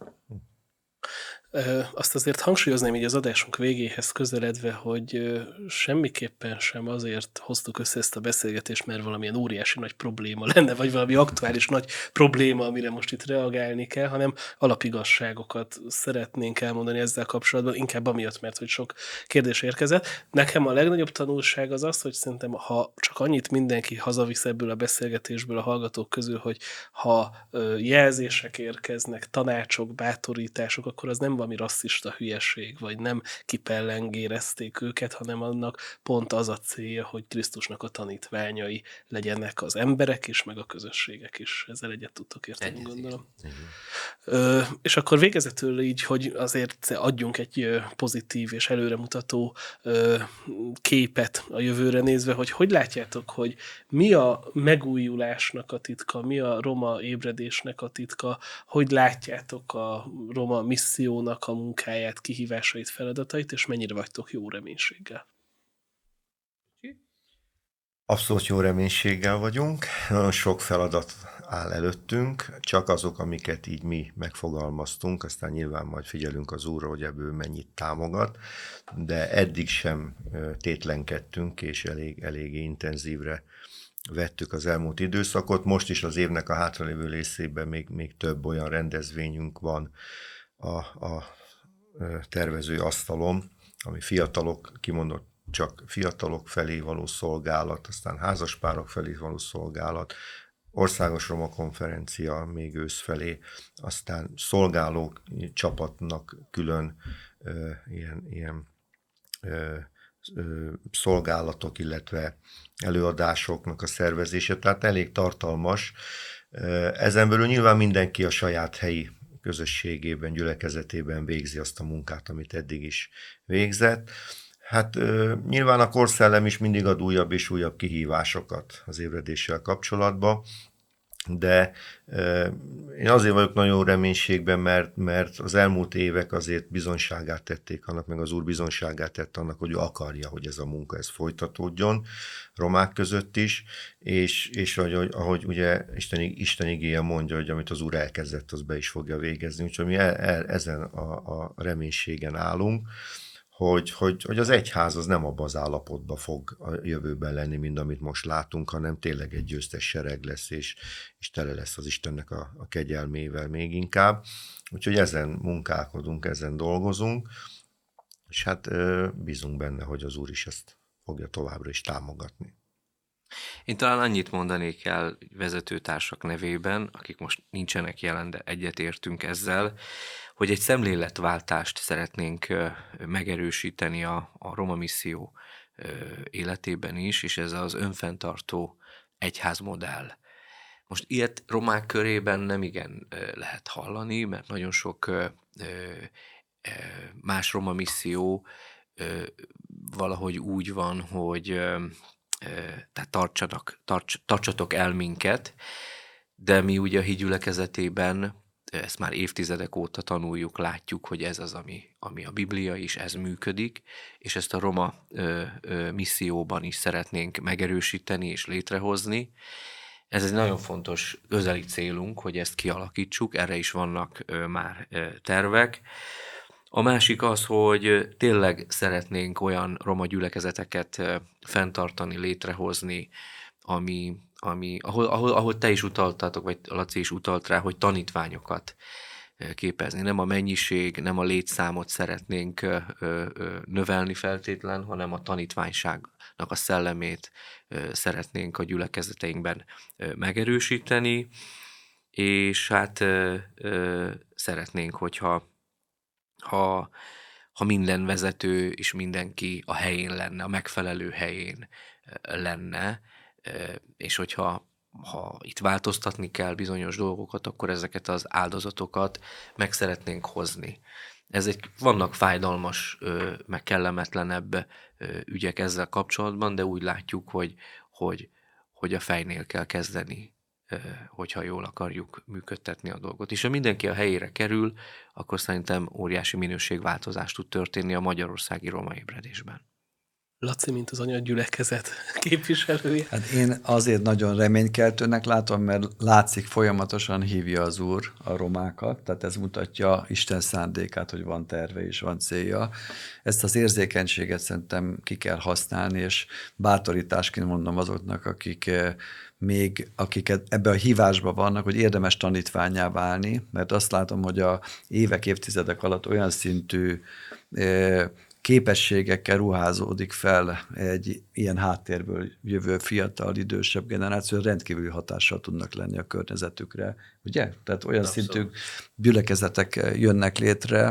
Azt azért hangsúlyoznám így az adásunk végéhez közeledve, hogy semmiképpen sem azért hoztuk össze ezt a beszélgetést, mert valamilyen óriási nagy probléma lenne, vagy valami aktuális nagy probléma, amire most itt reagálni kell, hanem alapigazságokat szeretnénk elmondani ezzel kapcsolatban, inkább amiatt, mert hogy sok kérdés érkezett. Nekem a legnagyobb tanulság az az, hogy szerintem, ha csak annyit mindenki hazavisz ebből a beszélgetésből a hallgatók közül, hogy ha jelzések érkeznek, tanácsok, bátorítások, akkor az nem valami rasszista hülyeség, vagy nem kipellengérezték őket, hanem annak pont az a célja, hogy Krisztusnak a tanítványai legyenek az emberek is, meg a közösségek is. Ezzel egyet tudtok érteni, Egyet gondolom. Ö, és akkor végezetül így, hogy azért adjunk egy pozitív és előremutató ö, képet a jövőre nézve, hogy hogy látjátok, hogy mi a megújulásnak a titka, mi a roma ébredésnek a titka, hogy látjátok a roma missziónak a munkáját, kihívásait, feladatait, és mennyire vagytok jó reménységgel? Abszolút jó reménységgel vagyunk. Nagyon sok feladat áll előttünk, csak azok, amiket így mi megfogalmaztunk, aztán nyilván majd figyelünk az Úrra, hogy ebből mennyit támogat, de eddig sem tétlenkedtünk, és elég, elég intenzívre vettük az elmúlt időszakot. Most is az évnek a hátralévő részében még, még több olyan rendezvényünk van a, a tervező asztalon, ami fiatalok, kimondott csak fiatalok felé való szolgálat, aztán házaspárok felé való szolgálat, országos roma konferencia még ősz felé, aztán szolgáló csapatnak külön ö, ilyen, ilyen ö, ö, szolgálatok, illetve előadásoknak a szervezése, tehát elég tartalmas. Ezen belül nyilván mindenki a saját helyi közösségében, gyülekezetében végzi azt a munkát, amit eddig is végzett. Hát nyilván a korszellem is mindig ad újabb és újabb kihívásokat az ébredéssel kapcsolatban, de én azért vagyok nagyon reménységben, mert, mert az elmúlt évek azért bizonyságát tették annak, meg az Úr bizonyságát tett annak, hogy ő akarja, hogy ez a munka ez folytatódjon, romák között is, és, és ahogy, ahogy ugye Isten, Isten igéje mondja, hogy amit az Úr elkezdett, az be is fogja végezni, úgyhogy mi el, el, ezen a, a reménységen állunk, Hogy, hogy, hogy az egyház az nem abban az állapotban fog a jövőben lenni, mint amit most látunk, hanem tényleg egy győztes sereg lesz, és, és tele lesz az Istennek a, a kegyelmével még inkább. Úgyhogy ezen munkálkodunk, ezen dolgozunk, és hát bízunk benne, hogy az Úr is ezt fogja továbbra is támogatni. Én talán annyit mondanék el vezetőtársak nevében, akik most nincsenek jelen, de egyetértünk ezzel, hogy egy szemléletváltást szeretnénk megerősíteni a, a Roma Misszió életében is, és ez az önfenntartó egyházmodell. Most ilyet romák körében nem igen lehet hallani, mert nagyon sok más Roma Misszió valahogy úgy van, hogy tehát tartsanak, tarts, tartsatok el minket, de mi ugye a hídgyülekezetében ezt már évtizedek óta tanuljuk, látjuk, hogy ez az, ami, ami a Biblia is, ez működik, és ezt a roma ö, ö, misszióban is szeretnénk megerősíteni és létrehozni. Ez egy nagyon fontos közeli célunk, hogy ezt kialakítsuk, erre is vannak ö, már ö, tervek. A másik az, hogy tényleg szeretnénk olyan roma gyülekezeteket ö, fenntartani, létrehozni, ami... Ami, ahol, ahol, ahol te is utaltatok, vagy Laci is utalt rá, hogy tanítványokat képezni. Nem a mennyiség, nem a létszámot szeretnénk ö, ö, növelni feltétlen, hanem a tanítványságnak a szellemét ö, szeretnénk a gyülekezeteinkben ö, megerősíteni, és hát ö, ö, szeretnénk, hogyha ha, ha minden vezető és mindenki a helyén lenne, a megfelelő helyén lenne, és hogyha ha itt változtatni kell bizonyos dolgokat, akkor ezeket az áldozatokat meg szeretnénk hozni. Ezek vannak fájdalmas, meg kellemetlenebb ügyek ezzel kapcsolatban, de úgy látjuk, hogy, hogy, hogy a fejnél kell kezdeni, hogyha jól akarjuk működtetni a dolgot. És ha mindenki a helyére kerül, akkor szerintem óriási minőségváltozás tud történni a magyarországi roma ébredésben. Laci, mint az anyagyülekezet képviselője. Hát én azért nagyon reménykeltőnek látom, mert látszik folyamatosan hívja az Úr a romákat, tehát ez mutatja Isten szándékát, hogy van terve és van célja. Ezt az érzékenységet szerintem ki kell használni, és bátorításként mondom azoknak, akik még akik ebbe a hívásban vannak, hogy érdemes tanítvánnyá válni, mert azt látom, hogy a évek, évtizedek alatt olyan szintű képességekkel ruházódik fel egy ilyen háttérből jövő fiatal, idősebb generáció, rendkívüli hatással tudnak lenni a környezetükre. Ugye? Tehát olyan Abszolút. Szintű gyülekezetek jönnek létre,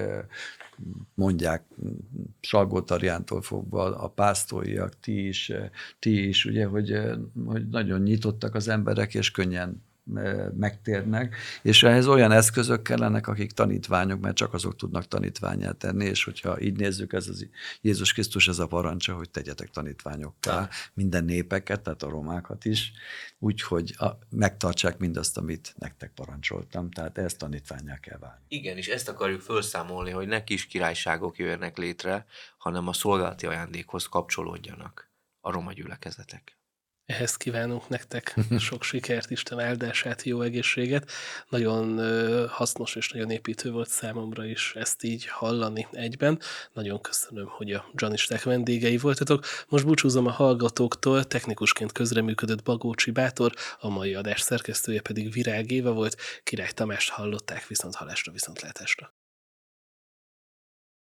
mondják Salgótarjántól fogva a pásztoriak, ti is, ti is, ugye, hogy, hogy nagyon nyitottak az emberek, és könnyen megtérnek, és ehhez olyan eszközök kellenek, akik tanítványok, mert csak azok tudnak tanítvánnyá tenni, és hogyha így nézzük, ez az Jézus Krisztus, ez a parancsa, hogy tegyetek tanítványokká minden népeket, tehát a romákat is, úgyhogy megtartsák mindazt, amit nektek parancsoltam, tehát ehhez tanítvánnyá kell válni. Igen, és ezt akarjuk felszámolni, hogy ne kis királyságok jöjjenek létre, hanem a szolgálati ajándékhoz kapcsolódjanak a roma gyülekezetek. Ehhez kívánunk nektek sok sikert, Isten áldását, jó egészséget. Nagyon hasznos és nagyon építő volt számomra is ezt így hallani egyben. Nagyon köszönöm, hogy a Dzsanisták vendégei voltatok. Most búcsúzom a hallgatóktól, technikusként közreműködött Bagócsi Bátor, a mai adás szerkesztője pedig Virág Éva volt. Király Tamást hallották, viszont hallásra, viszontlátásra.